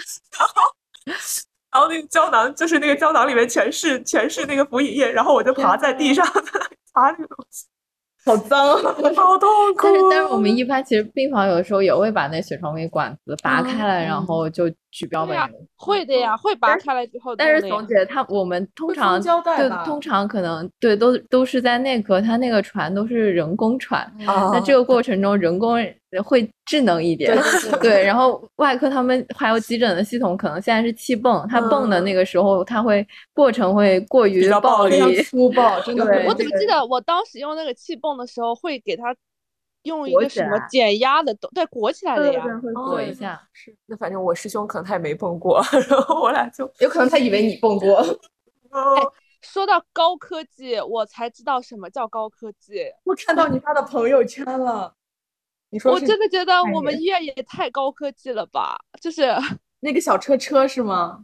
然后那个胶囊就是那个胶囊里面全是那个辅饮液，然后我就爬在地上擦这个东西。 好脏， 好痛苦。 但是我们一般其实病房有的时候也会把那血常规管子拔开来，然后就取标本。 会的呀，会拔开来之后。 但是总姐我们通常可能对都是在内科，它那个传都是人工传，那这个过程中人工会智能一点，对。然后外科他们还有急诊的系统，可能现在是气泵，它泵的那个时候，它会过程会过于暴力、 粗暴，真的。 我怎么记得我当时用那个气泵的时候，会给它用一个什么减压的，对，裹起来的呀， 会裹一下。 是，那反正我师兄可能他也没蹦过，然后我俩就有可能他以为你蹦过。 说到高科技，我才知道什么叫高科技。 我看到你发的朋友圈了。你说我真的觉得我们医院也太高科技了吧？就是那个小车是吗？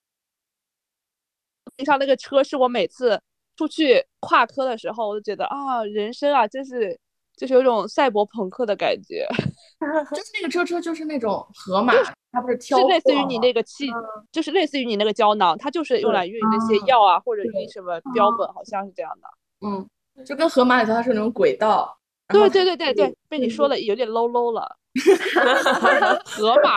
上那个车是我每次出去跨科的时候，我就觉得啊，人生啊，就是有种赛博朋克的感觉。 就是那个车就是那种河马，它不是挑是类似于你那个就是类似于你那个胶囊，它就是用来运那些药啊，或者运什么标本，好像是这样的。 就跟河马里头它是那种轨道。 对，被你说的有点 low 了。河马，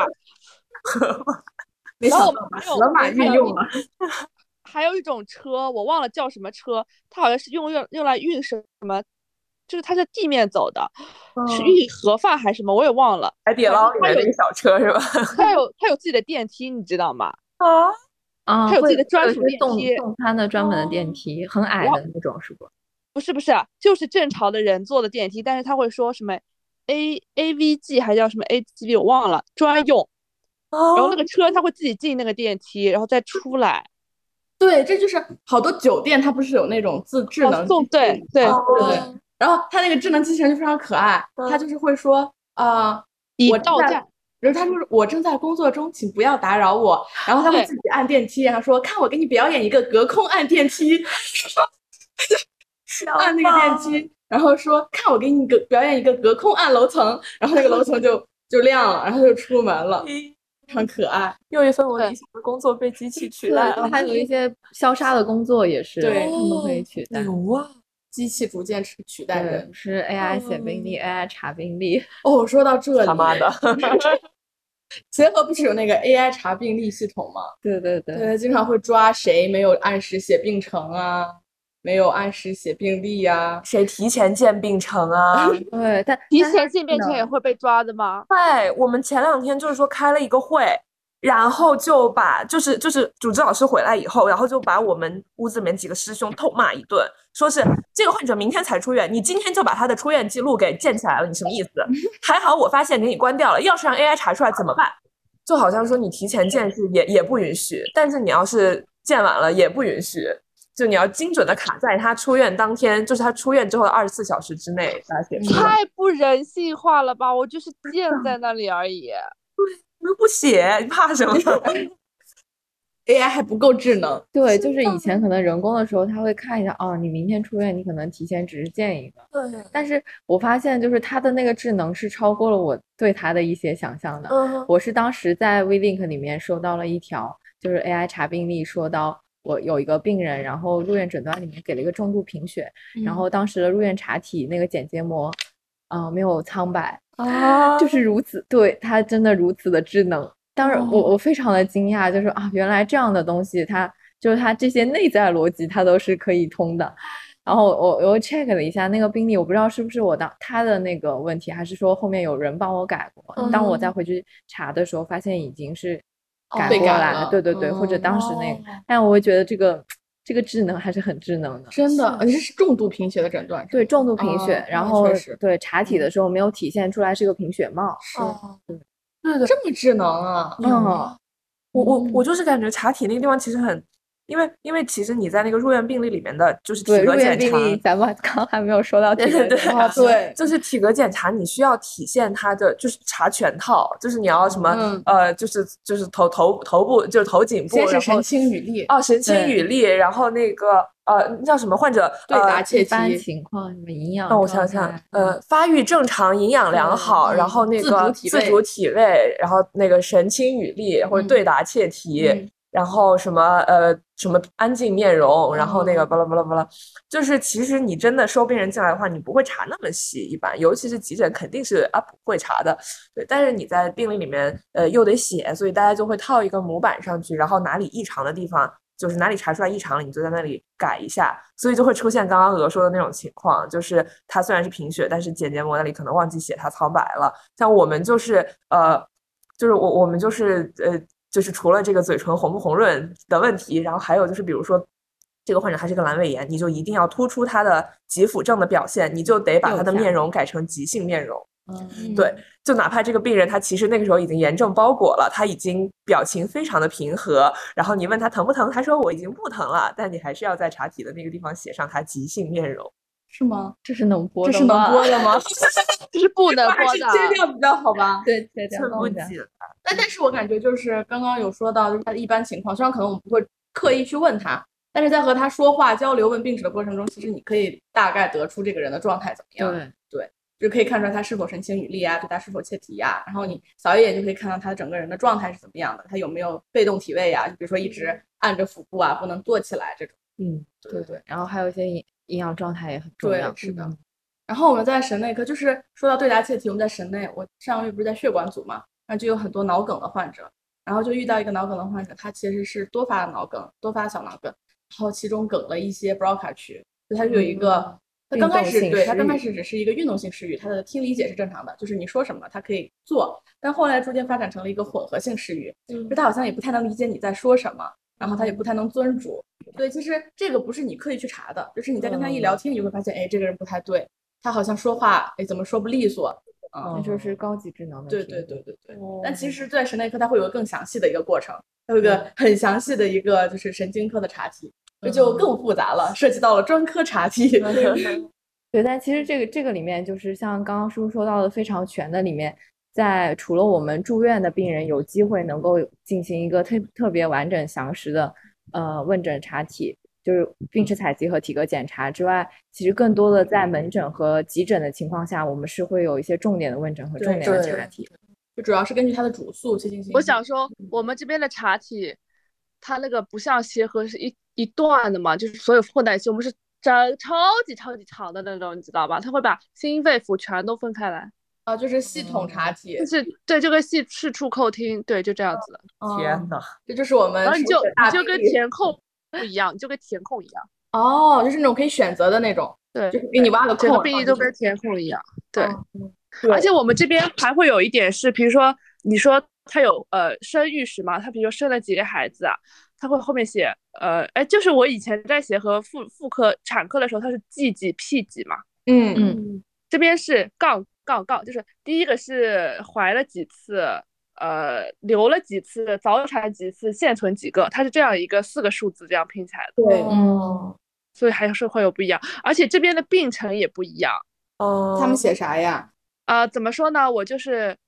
然后我们河马运用了。 还有一种车，我忘了叫什么车，它好像是用来运什么，就是它在地面走的，是运盒饭还是什么，我也忘了。 海底捞里面那个小车是吧？ 它有自己的电梯，你知道吗？它有自己的专属电梯， 送餐的专门的电梯，很矮的那种，是不？ 不是，就是正常的人坐的电梯，但是他会说什么 AVG 还叫什么 AGV 我忘了，专用。然后那个车它会自己进那个电梯，然后再出来。 对，这就是好多酒店它不是有那种智能对。 然后它那个智能机器人就非常可爱，它就是会说已到站。 然后他说我正在工作中，请不要打扰我。然后他会自己按电梯，然后说看我给你表演一个隔空按电梯。按那个电梯，然后说看我给你表演一个隔空按楼层，然后那个楼层就亮了，然后就出门了，非常可爱。 又一份我理想的工作被机器取代了。 还有一些消杀的工作也是， 对， 他们可以取代。 牛啊！ 机器逐渐取代人， 是 AI 写病历，AI 查病历。 说到这里， 他妈的， 协和不是有那个 AI 查病历系统吗？ 对， 经常会抓谁没有按时写病程啊，没有按时写病历啊， 谁提前见病程啊？ 对，但提前见病程也会被抓的吗？ 对，我们前2天就是说开了一个会，然后就把就是主治老师回来以后，然后就把我们屋子里面几个师兄痛骂一顿，说是这个患者明天才出院，你今天就把他的出院记录给建起来了，你什么意思？还好我发现给你关掉了，要是让 AI 查出来怎么办？就好像说你提前见是也不允许，但是你要是见晚了也不允许，就你要精准的卡在他出院当天，就是他出院之后的24小时之内把它写出来。 太不人性化了吧！我就是建在那里而已。 们不写，你怕什么 ？AI 还不够智能。 对，就是以前可能人工的时候，他会看一下，哦，你明天出院，你可能提前只是见一个。 对， 但是我发现，就是他的那个智能是超过了我对他的一些想象的。我是当时在 WeLink 里面收到了一条，就是 AI 查病历，说到我有一个病人，然后入院诊断里面给了一个重度贫血，然后当时的入院查体那个剪结膜，没有苍白啊， 就是如此，对，它真的如此的智能。当然我非常的惊讶，就是啊，原来这样的东西，它就是它这些内在逻辑，它都是可以通的。然后我又 check 了一下那个病历，我不知道是不是他的那个问题，还是说后面有人帮我改过。当我再回去查的时候，发现已经是改过来了。对对对，或者当时那个，但我会觉得这个智能还是很智能的， 真的，而且是重度贫血的诊断。 对，重度贫血，然后对查体的时候没有体现出来是个贫血帽。 是， 对的， 这么智能啊！ 我就是感觉查体那个地方其实很，因为其实你在那个入院病历里面的就是体对， 格入院检查， 病历咱们刚还没有说到体格检查， 对， 就是体格检查，你需要体现它的就是查全套，就是你要什么就是头部就是头颈部， 先是神清语例神清语例，然后那个那叫什么患者对答切题， 一般情况什么营养， 我想想，发育正常，营养良好，然后那个自主体位，然后那个神清语例或者对答切题，然后什么什么安静面容，然后那个巴拉巴拉巴拉，就是其实你真的收病人进来的话，你不会查那么细，一般，尤其是急诊肯定是不会查的，对，但是你在病历里面又得写，所以大家就会套一个模板上去，然后哪里异常的地方。就是哪里查出来异常了，你就在那里改一下，所以就会出现刚刚鹅说的那种情况，就是它虽然是贫血，但是剪结膜那里可能忘记写它苍白了。像我们就是就是我们就是就是除了这个嘴唇红不红润的问题，然后还有就是比如说这个患者他是个阑尾炎，你就一定要突出他的急腹症的表现，你就得把他的面容改成急性面容。对，就哪怕这个病人他其实那个时候已经炎症包裹了，他已经表情非常的平和，然后你问他疼不疼，他说我已经不疼了，但你还是要在查体的那个地方写上他急性面容， 是吗？ 这是能播的吗？ 这是能播的吗？ 这是不能播的， 切掉比较好吧？ 对，切掉不记了。 但是我感觉就是刚刚有说到，就是他的一般情况，虽然可能我们不会刻意去问他，但是在和他说话交流问病史的过程中，其实你可以大概得出这个人的状态怎么样。对。就可以看出来他是否神清语例啊，对他是否切题啊，然后你扫一眼就可以看到他整个人的状态是怎么样的，他有没有被动体位啊，就比如说一直按着腹部啊，不能坐起来这种。 对，然后还有一些营养状态也很重要。 对，是的。然后我们在神内科，就是说到对答切题，我们在神内，我上个月不是在血管组嘛，然后就有很多脑梗的患者，然后就遇到一个脑梗的患者，他其实是多发脑梗，多发小脑梗，然后其中梗了一些 Broca 区，就他就有一个。他刚开始只是一个运动性失语，他的听理解是正常的，就是你说什么他可以做，但后来逐渐发展成了一个混合性失语，就他好像也不太能理解你在说什么，然后他也不太能遵主，所以其实这个不是你刻意去查的，就是你在跟他一聊天，你就会发现，哎，这个人不太对，他好像说话，哎，怎么说不利索， 那就是高级智能的。 对。但其实，在神内科，它会有个更详细的一个过程，它有一个很详细的一个就是神经科的查题。这就更复杂了，涉及到了专科查题。 对，但其实这个里面就是像刚刚叔叔说到的非常全的里面，在除了我们住院的病人有机会能够进行一个特别完整详实的问诊查体，就是病史采集和体格检查之外，其实更多的在门诊和急诊的情况下，我们是会有一些重点的问诊和重点的查体， 就主要是根据它的主诉去进行。 我想说，我们这边的查体，它那个不像协和是一段的嘛，就是所有混在一起，我们是超级长的那种，你知道吧？它会把心肺腑全都分开来。 就是系统查体， 就是对，就跟视触扣听，对，就这样子的。 天哪， 这就是我们。 然后你就跟填空不一样，你就跟填空一样。 就是那种可以选择的那种， 对， 就是给你挖个空， 整个病例都跟填空一样。对，而且我们这边还会有一点是，比如说你说他有生育史嘛，他比如说生了几个孩子啊，他会后面写就是我以前在协和妇科产科的时候，他是 G 几 P 几嘛，这边是杠，就是第一个是怀了几次，流了几次，早产几次，现存几个，它是这样一个4个数字这样拼起来的。 对， 所以还是会有不一样，而且这边的病程也不一样。 他们写啥呀？ 怎么说呢？我就是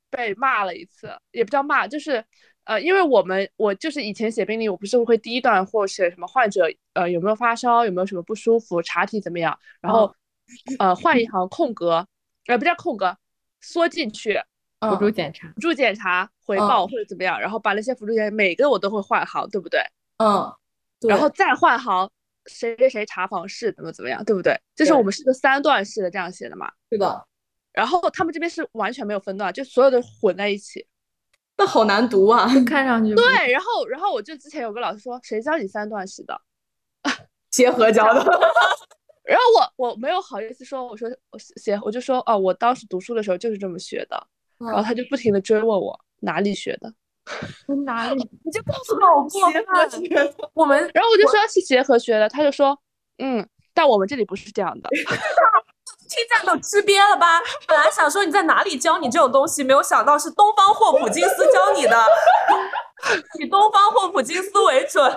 被骂了一次，也不叫骂，就是因为我就是以前写病历，我不是会第一段或写什么患者有没有发烧，有没有什么不舒服，查体怎么样，然后换一行空格，不叫空格，缩进去。 辅助检查， 辅助检查回报或者怎么样，然后把那些辅助检查每个我都会换行，对不对？ 对， 然后再换行谁谁谁查房室怎么样，对不对？这是我们是个3段式的这样写的嘛？ 是的。 然后他们这边是完全没有分段，就所有的混在一起， 那好难读啊！ 看上去对。然后我就之前有个老师说，谁教你3段式的？ 协和教的。 然后我没有好意思说，我就说我当时读书的时候就是这么学的。然后他就不停的追问我哪里学的， 哪里？ 你就告诉我协和学的。我们， 然后我就说是协和学的，他就说但我们这里不是这样的。 听这样都吃瘪了吧？本来想说你在哪里教你这种东西，没有想到是东方霍普金斯教你的，以东方霍普金斯为准。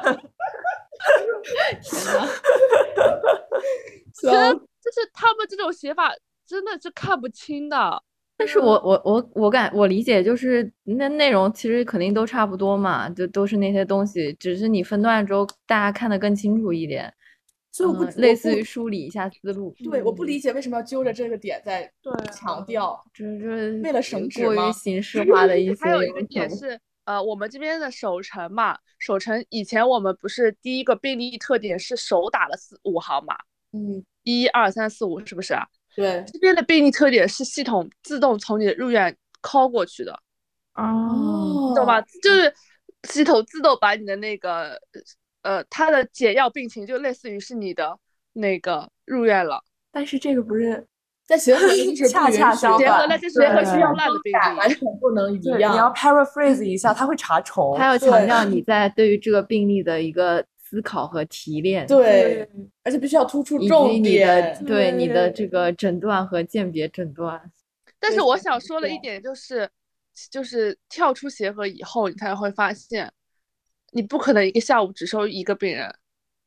天哪！ 觉得就是他们这种写法真的是看不清的。 但是我理解就是那内容其实肯定都差不多嘛，就都是那些东西，只是你分段之后大家看得更清楚一点， 所以我不类似于梳理一下思路。 对，我不理解为什么要揪着这个点在强调， 这为了省纸过于形式化的一些。 还有一个点是，我们这边的守成嘛，守成以前我们不是第一个病例特点是手打了5行嘛，1、2、3、4、5是不是啊？ 对， 这边的病例特点是系统自动从你的入院call过去的，懂吧？就是系统自动把你的那个它的简要病情就类似于是你的那个入院了。 但是这个不是在协和就是恰恰相反， 协和那是协和需要烂的病例， 完全不能一样。 你要 paraphrase 一下，它会查重。 它要强调你在对于这个病例的一个思考和提炼， 对，而且必须要突出重点， 对你的这个诊断和鉴别诊断。 但是我想说的一点就是跳出协和以后，你才会发现，你不可能一个下午只收1个病人。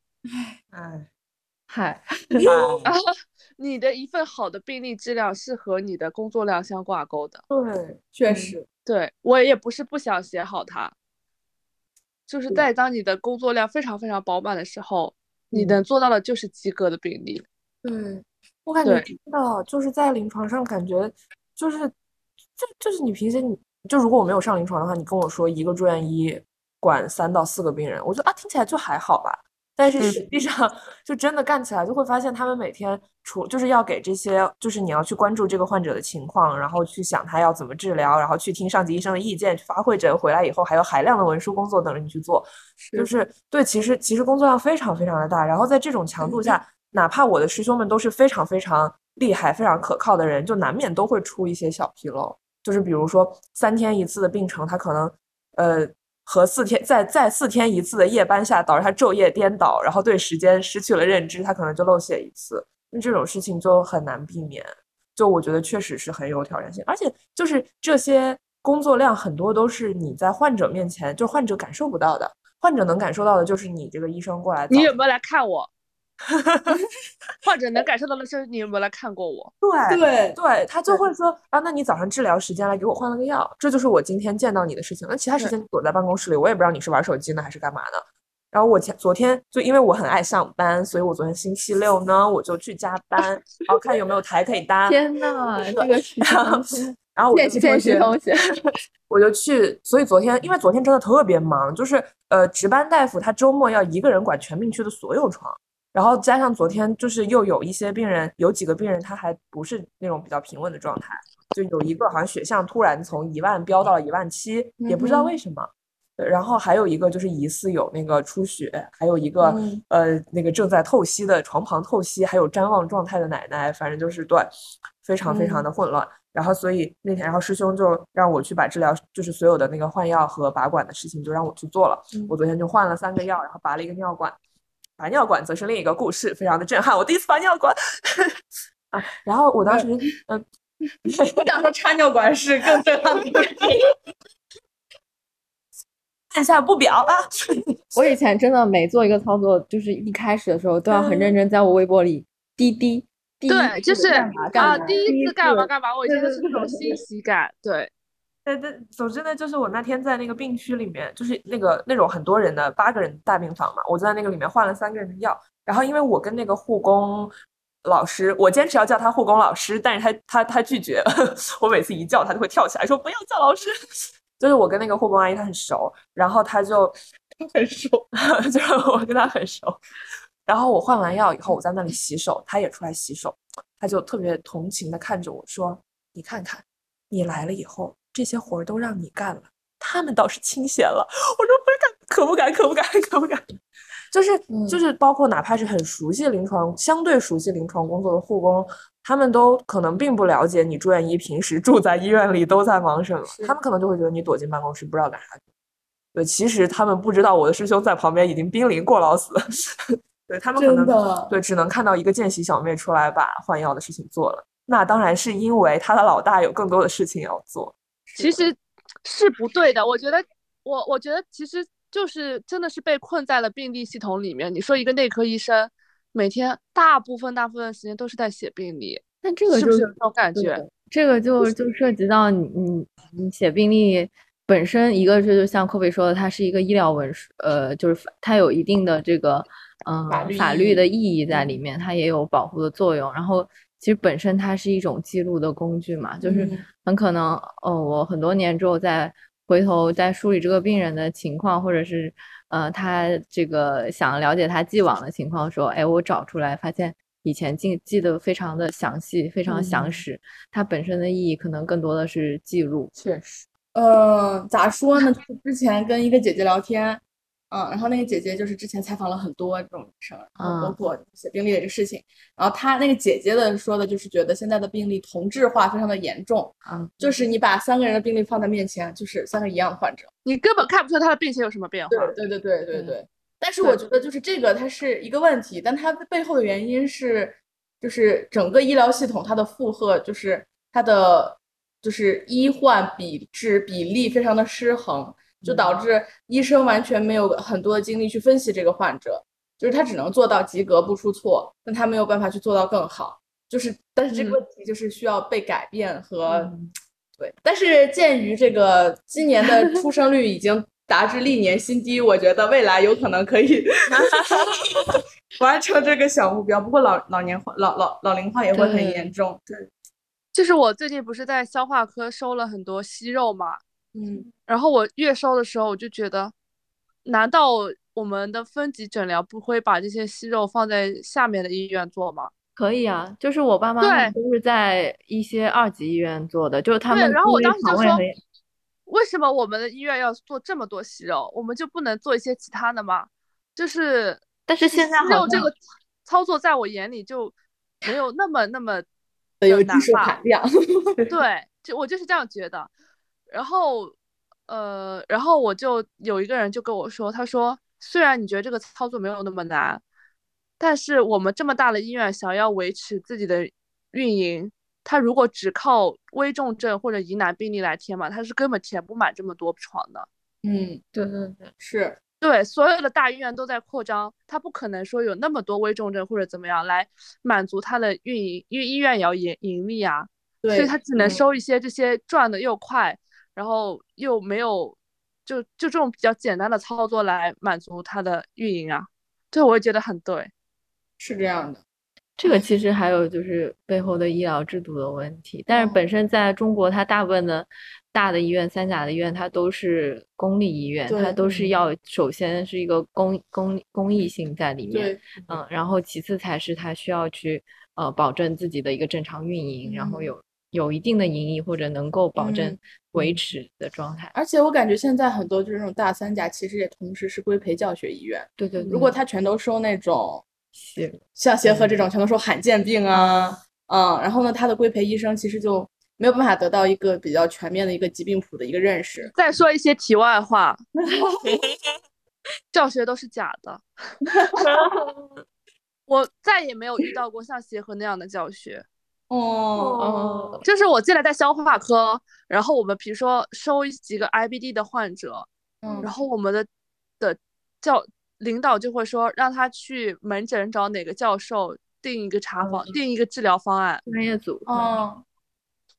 你的一份好的病例质量是和你的工作量相挂钩的。 对，确实， 对，我也不是不想写好它。就是在当你的工作量非常非常饱满的时候，你能做到的就是及格的病例。 对，我感觉真的就是在临床上感觉就是你平时就如果我没有上临床的话，你跟我说一个住院医管3到4个病人，我觉得听起来就还好吧。但是实际上就真的干起来就会发现他们每天就是要给这些，就是你要去关注这个患者的情况，然后去想他要怎么治疗，然后去听上级医生的意见，去发会诊，回来以后还有海量的文书工作等着你去做。就是对，其实工作量非常非常的大，然后在这种强度下，哪怕我的师兄们都是非常非常厉害非常可靠的人，就难免都会出一些小纰漏。就是比如说3天1次的病程，他可能和4天在4天1次的夜班下，导致他昼夜颠倒，然后对时间失去了认知，他可能就漏写1次。那这种事情就很难避免，就我觉得确实是很有挑战性，而且就是这些工作量很多都是你在患者面前，就患者感受不到的，患者能感受到的就是你这个医生过来， 你有没有来看我？患者能感受到的是你有没有来看过我？ 对，他就会说那你早上治疗时间来给我换了个药，这就是我今天见到你的事情。那其他时间你躲在办公室里，我也不知道你是玩手机呢还是干嘛呢。然后我昨天就因为我很爱上班，所以我昨天星期6呢我就去加班，然后看有没有台可以搭。 天呐，这个是然后我见习同学我就去，所以因为昨天真的特别忙，就是值班大夫他周末要一个人管全病区的所有床。然后加上昨天就是又有一些病人，有几个病人他还不是那种比较平稳的状态，就有一个好像血象突然从1万飙到了17000，也不知道为什么。然后还有一个就是疑似有那个出血，还有一个那个正在透析的床旁透析，还有瞻望状态的奶奶，反正就是对，非常非常的混乱。然后所以那天，然后师兄就让我去把治疗，就是所有的那个换药和拔管的事情就让我去做了。我昨天就换了3个药，然后拔了一个尿管。拔尿管则是另一个故事，非常的震撼。我第一次拔尿管然后我当时我想说插尿管是更震撼的按下不表啊！ 我以前真的每做一个操作，就是一开始的时候都要很认真，在我微博里滴， 对，就是干嘛第一次干嘛，我以前都是那种欣喜感，对。 总之呢，就是我那天在那个病区里面，就是那种很多人的8个人大病房嘛，我在那个里面换了3个人的药，然后因为我跟那个护工老师，我坚持要叫他护工老师，但是他拒绝，我每次一叫他就会跳起来说不要叫老师，就是我跟那个护工阿姨她很熟，然后他就很熟， 就是我跟他很熟，然后我换完药以后，我在那里洗手，他也出来洗手，他就特别同情的看着我说：“你看看，你来了以后，这些活儿都让你干了，他们倒是清闲了。”我说：“不敢，可不敢，可不敢，可不敢。”就是包括哪怕是很熟悉临床、相对熟悉临床工作的护工，他们都可能并不了解你住院医平时住在医院里都在忙什么，他们可能就会觉得你躲进办公室不知道干啥。对，其实他们不知道我的师兄在旁边已经濒临过劳死。对，他们可能对只能看到一个见习小妹出来把换药的事情做了，那当然是因为他的老大有更多的事情要做。 其实是不对的，我觉得其实就是真的是被困在了病历系统里面。你说一个内科医生每天大部分的时间都是在写病历， 但这个是不是有这种感觉？ 这个就涉及到你写病历本身，一个是就像 Kobe 说的，它是一个医疗文书，就是它有一定的这个法律的意义在里面，它也有保护的作用。然后其实本身它是一种记录的工具嘛，就是很可能我很多年之后再回头再梳理这个病人的情况，或者是他这个想了解他既往的情况，说哎我找出来发现以前记得非常的详细，非常详实，它本身的意义可能更多的是记录。 确实。 咋说呢？就是之前跟一个姐姐聊天，然后那个姐姐就是之前采访了很多这种医生，然后包括写病历的这个事情，然后她那个姐姐说的就是觉得现在的病历同质化非常的严重，就是你把3个人的病历放在面前，就是3个一样的患者， 你根本看不出他的病情有什么变化。 对。但是我觉得就是这个它是一个问题，但它背后的原因是，就是整个医疗系统它的负荷，就是它的就是医患比例非常的失衡，就导致医生完全没有很多的精力去分析这个患者，就是他只能做到及格不出错，但他没有办法去做到更好，但是这个问题就是需要被改变和对，但是鉴于这个今年的出生率已经达至历年新低，我觉得未来有可能可以完成这个小目标。不过老龄化也会很严重。对， 就是我最近不是在消化科收了很多息肉嘛，然后我月收的时候我就觉得，难道我们的分级诊疗不会把这些息肉放在下面的医院做吗？ 可以啊，就是我爸妈他们都是在一些2级医院做的，就是他们。 然后我当时就说，为什么我们的医院要做这么多息肉，我们就不能做一些其他的吗？就是， 但是现在息肉这个操作在我眼里就没有那么有技术含量。 对，我就是这样觉得。然后我就有一个人就跟我说，他说虽然你觉得这个操作没有那么难，但是我们这么大的医院想要维持自己的运营，他如果只靠危重症或者疑难病例来填满，他是根本填不满这么多床的。 对，是。 对，所有的大医院都在扩张，他不可能说有那么多危重症或者怎么样来满足他的运营，因为医院也要盈利啊，所以他只能收一些这些赚的又快，然后又没有就这种比较简单的操作来满足他的运营啊。对，我也觉得很对。 是这样的， 这个其实还有就是背后的医疗制度的问题，但是本身在中国，它大部分的大的医院、3甲的医院，它都是公立医院，它都是要首先是一个公益性在里面，然后其次才是它需要去保证自己的一个正常运营，然后有一定的盈利或者能够保证维持的状态。 而且我感觉现在很多就是这种大3甲，其实也同时是规培教学医院。 对， 如果他全都收那种像协和这种全都收罕见病啊，然后呢，他的规培医生其实就没有办法得到一个比较全面的一个疾病谱的一个认识。 再说一些题外话，教学都是假的。我再也没有遇到过像协和那样的教学。就是我进来在消化科，然后我们比如说收几个 IBD 的患者，然后我们的领导就会说让他去门诊找哪个教授定一个查房，定一个治疗方案。 专业组。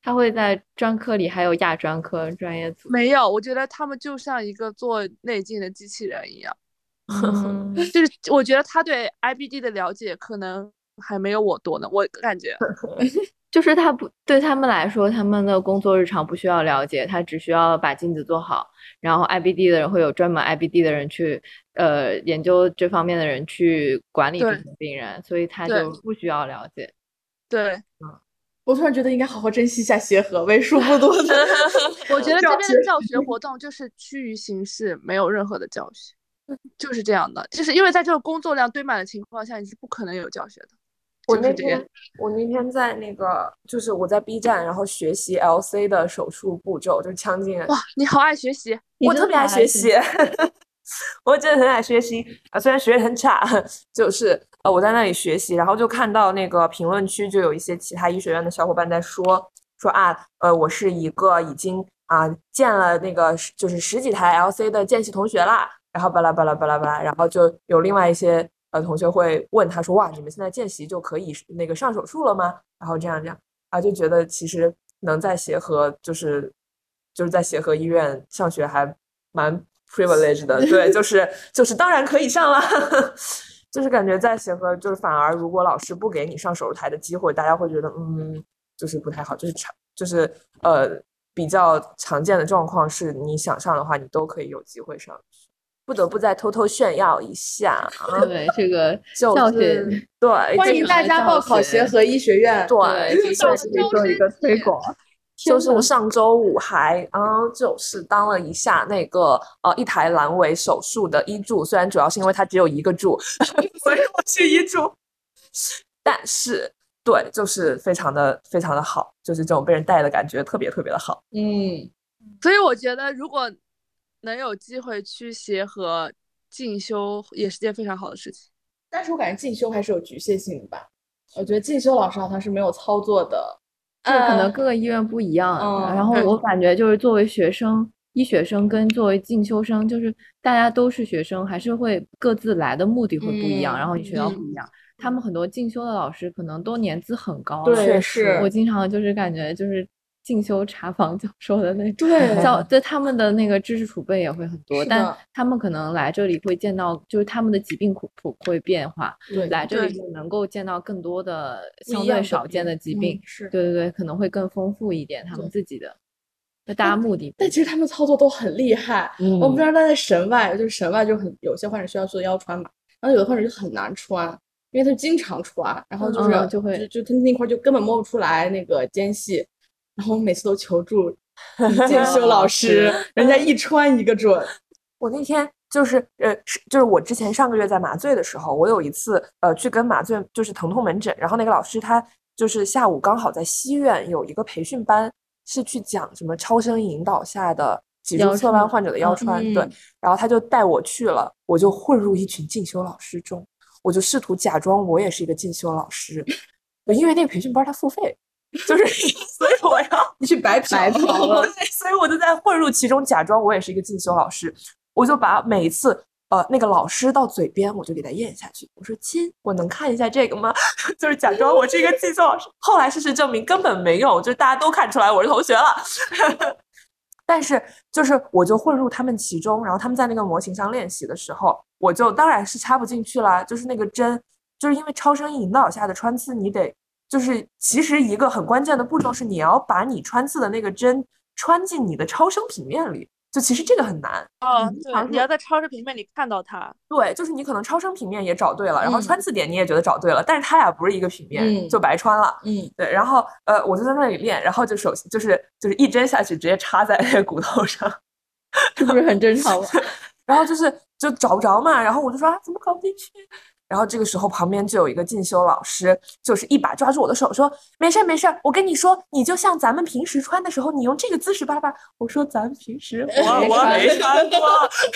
他会在专科里还有亚专科专业组。 没有，我觉得他们就像一个做内镜的机器人一样。就是我觉得他对 IBD 的了解可能还没有我多呢，我感觉。 就是他不对他们来说，他们的工作日常不需要了解，他只需要把镜子做好，然后 IBD 的人会有专门 IBD 的人去研究这方面的人去管理这些病人，所以他就不需要了解。 对， 我突然觉得应该好好珍惜一下协和，为数不多的。 我觉得这边的教学活动就是趋于形式，没有任何的教学，就是这样的。就是因为在这个工作量堆满的情况下，你是不可能有教学的。 我那天在那个，就是我在 B 站，然后学习 LC 的手术步骤，就是腔镜。 哇，你好爱学习， 我特别爱学习，我真的很爱学习啊，虽然学得很差，就是我在那里学习，然后就看到那个评论区就有一些其他医学院的小伙伴在说啊，我是一个已经见了那个就是10几台 LC 的见习同学啦，然后巴拉巴拉巴拉巴拉，然后就有另外一些同学会问他说，哇，你们现在见习就可以那个上手术了吗？然后这样就觉得其实能在协和就是在协和医院上学还蛮 privileged 的，对，就是当然可以上了。就是感觉在协和就是反而如果老师不给你上手术台的机会，大家会觉得就是不太好，就是比较常见的状况是你想上的话，你都可以有机会上去。不得不再偷偷炫耀一下， 对这个教学， 对， 欢迎大家报考协和医学院， 对， 做一个推广。 就是我上周五还就是当了一下那个一台阑尾手术的医助，虽然主要是因为它只有一个助，所以我去医助，但是对，就是非常的非常的好，就是这种被人带的感觉特别特别的好。 所以我觉得如果能有机会去协和进修，也是件非常好的事情。 但是我感觉进修还是有局限性的吧，我觉得进修老师好像是没有操作的。 这可能各个医院不一样，然后我感觉就是作为学生、医学生跟作为进修生，就是大家都是学生，还是会各自来的目的会不一样，然后你学校不一样。他们很多进修的老师可能都年资很高了， 对，是我经常就是感觉就是进修查房教授的那种， 对他们的那个知识储备也会很多，但他们可能来这里会见到，就是他们的疾病谱会变化，来这里就能够见到更多的相对少见的疾病，对，可能会更丰富一点他们自己的。那大家目的， 但其实他们操作都很厉害。我不知道他在神外，就是神外就很有些患者需要做腰穿嘛，然后有的患者就很难穿。因为他经常穿，然后就是就他那块就根本摸不出来那个间隙，然后我每次都求助进修老师，人家一穿一个准。 我那天就是我之前上个月在麻醉的时候，我有一次去跟麻醉就是疼痛门诊，然后那个老师他就是下午刚好在西院有一个培训班，是去讲什么超声引导下的脊柱侧弯患者的腰穿，对，然后他就带我去了，我就混入一群进修老师中。我就试图假装我也是一个进修老师，因为那个培训班他付费，就是所以我要你去白嫖了， 所以我就在混入其中，假装我也是一个进修老师。我就把每一次那个老师到嘴边，我就给他咽下去。我说：“亲，我能看一下这个吗？”就是假装我是一个进修老师。后来事实证明根本没用，就是大家都看出来我是同学了。但是就是我就混入他们其中，然后他们在那个模型上练习的时候，我就当然是插不进去了，就是那个针，就是因为超声引导下的穿刺，你得就是其实一个很关键的步骤是你要把你穿刺的那个针穿进你的超声平面里，就其实这个很难。 对，你要在超声平面里看到它。 对，就是你可能超声平面也找对了，然后穿刺点你也觉得找对了，但是它俩不是一个平面，就白穿了。对，然后我就在那里练，然后就就是一针下去直接插在那个骨头上， 是不是很正常吗？ 然后就找不着嘛，然后我就说怎么搞不进去？然后这个时候旁边就有一个进修老师，就是一把抓住我的手说：“没事没事，我跟你说，你就像咱们平时穿的时候，你用这个姿势巴拉。”我说：“咱们平时我没穿过。”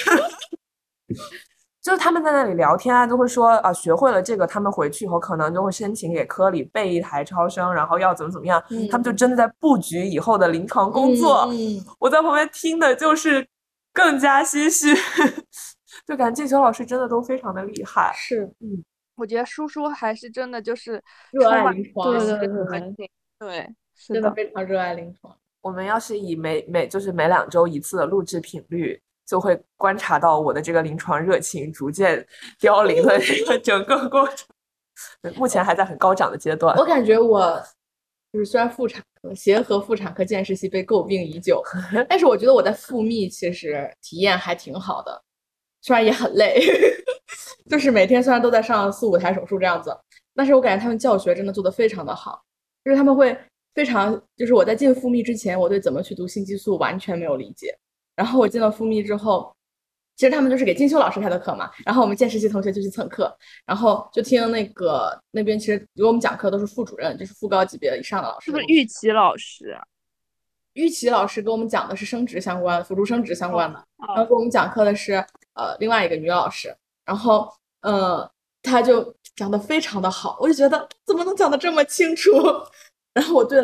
就是他们在那里聊天啊，就会说学会了这个，他们回去以后可能就会申请给科里备一台超声，然后要怎么样，他们就真的在布局以后的临床工作。我在旁边听的就是更加唏嘘。就感觉进修老师真的都非常的厉害， 是， 我觉得叔叔还是真的就是热爱临床， 对， 真的非常热爱临床。 我们要是以每2周1次的录制频率，就会观察到我的这个临床热情逐渐凋零的这个整个过程。目前还在很高涨的阶段。 我感觉我就是虽然妇产科协和妇产科见识系被诟病已久，但是我觉得我在复密其实体验还挺好的，虽然也很累，就是每天虽然都在上4、5台手术这样子，但是我感觉他们教学真的做得非常的好，就是他们会非常，就是我在进复密之前，我对怎么去读性激素完全没有理解，然后我进了复密之后。其实他们就是给金修老师开的课嘛，然后我们见识系同学就去蹭课，然后就听那边其实给我们讲课都是副主任，就是副高级别以上的老师。 是不是玉琪老师？ 玉琪老师给我们讲的是生殖相关、辅助生殖相关的，然后给我们讲课的是另外一个女老师，然后她就讲的非常的好，我就觉得怎么能讲的这么清楚。然后我对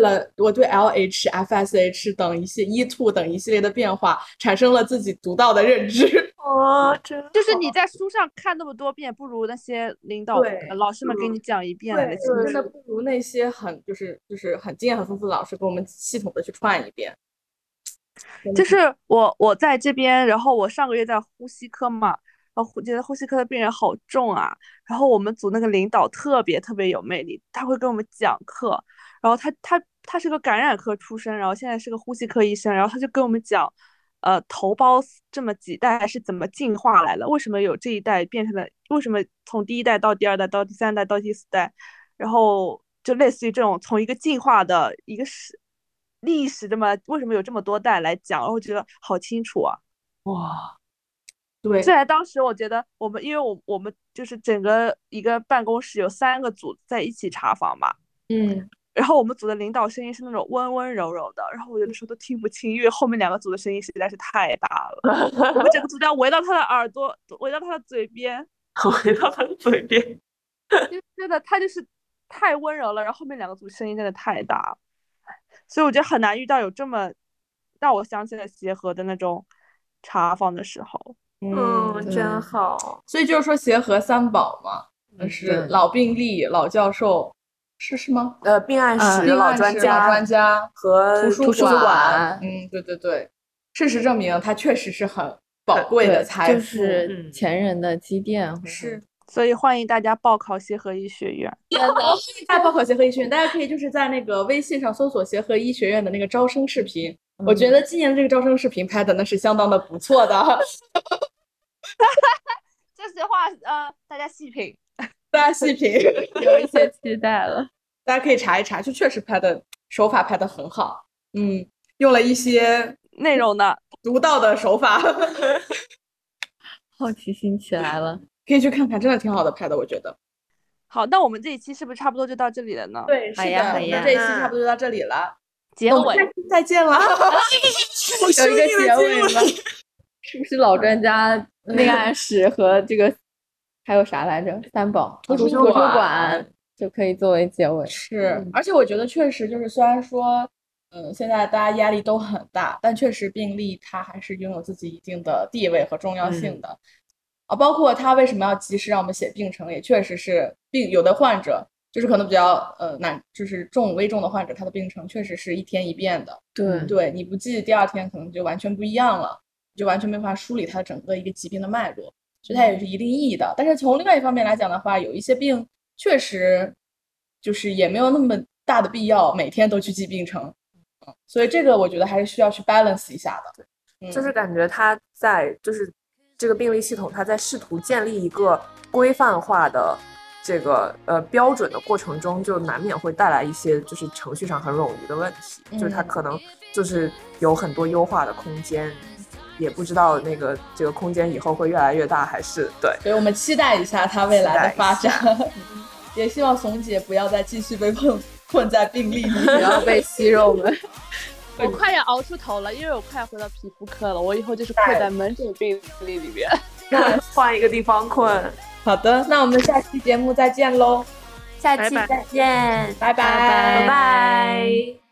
LH、FSH 等E2 等一系列的变化产生了自己独到的认知。 真就是你在书上看那么多遍，不如那些领导老师们给你讲一遍来的清楚。 真的不如那些就是很经验很丰富的老师给我们系统的去串一遍。 就是我在这边，然后我上个月在呼吸科嘛，然后觉得呼吸科的病人好重啊，然后我们组那个领导特别有魅力，他会跟我们讲课。然后他是个感染科出身，然后现在是个呼吸科医生，然后他就跟我们讲，头孢这么几代是怎么进化来的，为什么有这一代变成了，为什么从第1代到第2代到第3代到第4代，然后就类似于这种从一个进化的一个历史这么为什么有这么多代来讲，然后觉得好清楚啊！ 哇，对， 虽然当时我觉得因为我们就是整个一个办公室有3个组在一起查房嘛，然后我们组的领导声音是那种温温柔柔的，然后我有的时候都听不清，因为后面2个组的声音实在是太大了，我们整个组都要围到他的耳朵，围到他的嘴边， 围到他的嘴边， 真的他就是太温柔了，然后后面2个组声音真的太大了，所以我觉得很难遇到有这么让我想起了协和的那种查房的时候。 真好。 所以就是说协和3宝嘛，是老病历、老教授。是吗？ 病案室、老专家和图书馆。 对，事实证明，它确实是很宝贵的财富， 就是前人的积淀。 是， 所以欢迎大家报考协和医学院。 大家报考协和医学院，大家可以就是在那个微信上搜索协和医学院的那个招生视频。我觉得今年的这个招生视频拍的那是相当的不错的。 这些话大家细品。 大家细品， 有一些期待了。 大家可以查一查，就确实手法拍得很好，用了一些内容的独到的手法， 好奇心起来了， 可以去看看，真的挺好的拍的，我觉得。 好，那我们这一期是不是差不多就到这里了呢？ 对，是的，我们这一期差不多就到这里了。 结尾， 再见了。 有一个结尾吗？是不是老专家病案室和这个？还有啥来着？3宝图书馆就可以作为结尾。 是，而且我觉得确实就是，虽然说，现在大家压力都很大，但确实病例它还是拥有自己一定的地位和重要性的。包括他为什么要及时让我们写病程，也确实是有的患者就是可能比较难，就是危重的患者，他的病程确实是1天1变的。对，你不记，第2天可能就完全不一样了，就完全没法梳理他整个一个疾病的脉络。所以它也是一定意义的，但是从另外一方面来讲的话，有一些病确实就是也没有那么大的必要每天都去记病程，所以这个我觉得还是需要去 balance 一下的。 就是感觉它在就是这个病历系统，它在试图建立一个规范化的这个标准的过程中，就难免会带来一些就是程序上很冗余的问题，就是它可能就是有很多优化的空间。也不知道这个空间以后会越来越大还是对， 所以我们期待一下它未来的发展，也希望怂姐不要再继续被困在病历里， 不要被息肉们。 我快要熬出头了，因为我快要回到皮肤科了，我以后就是困在门诊病历里面， 换一个地方困。 好的，那我们下期节目再见喽， 下期再见， 拜拜。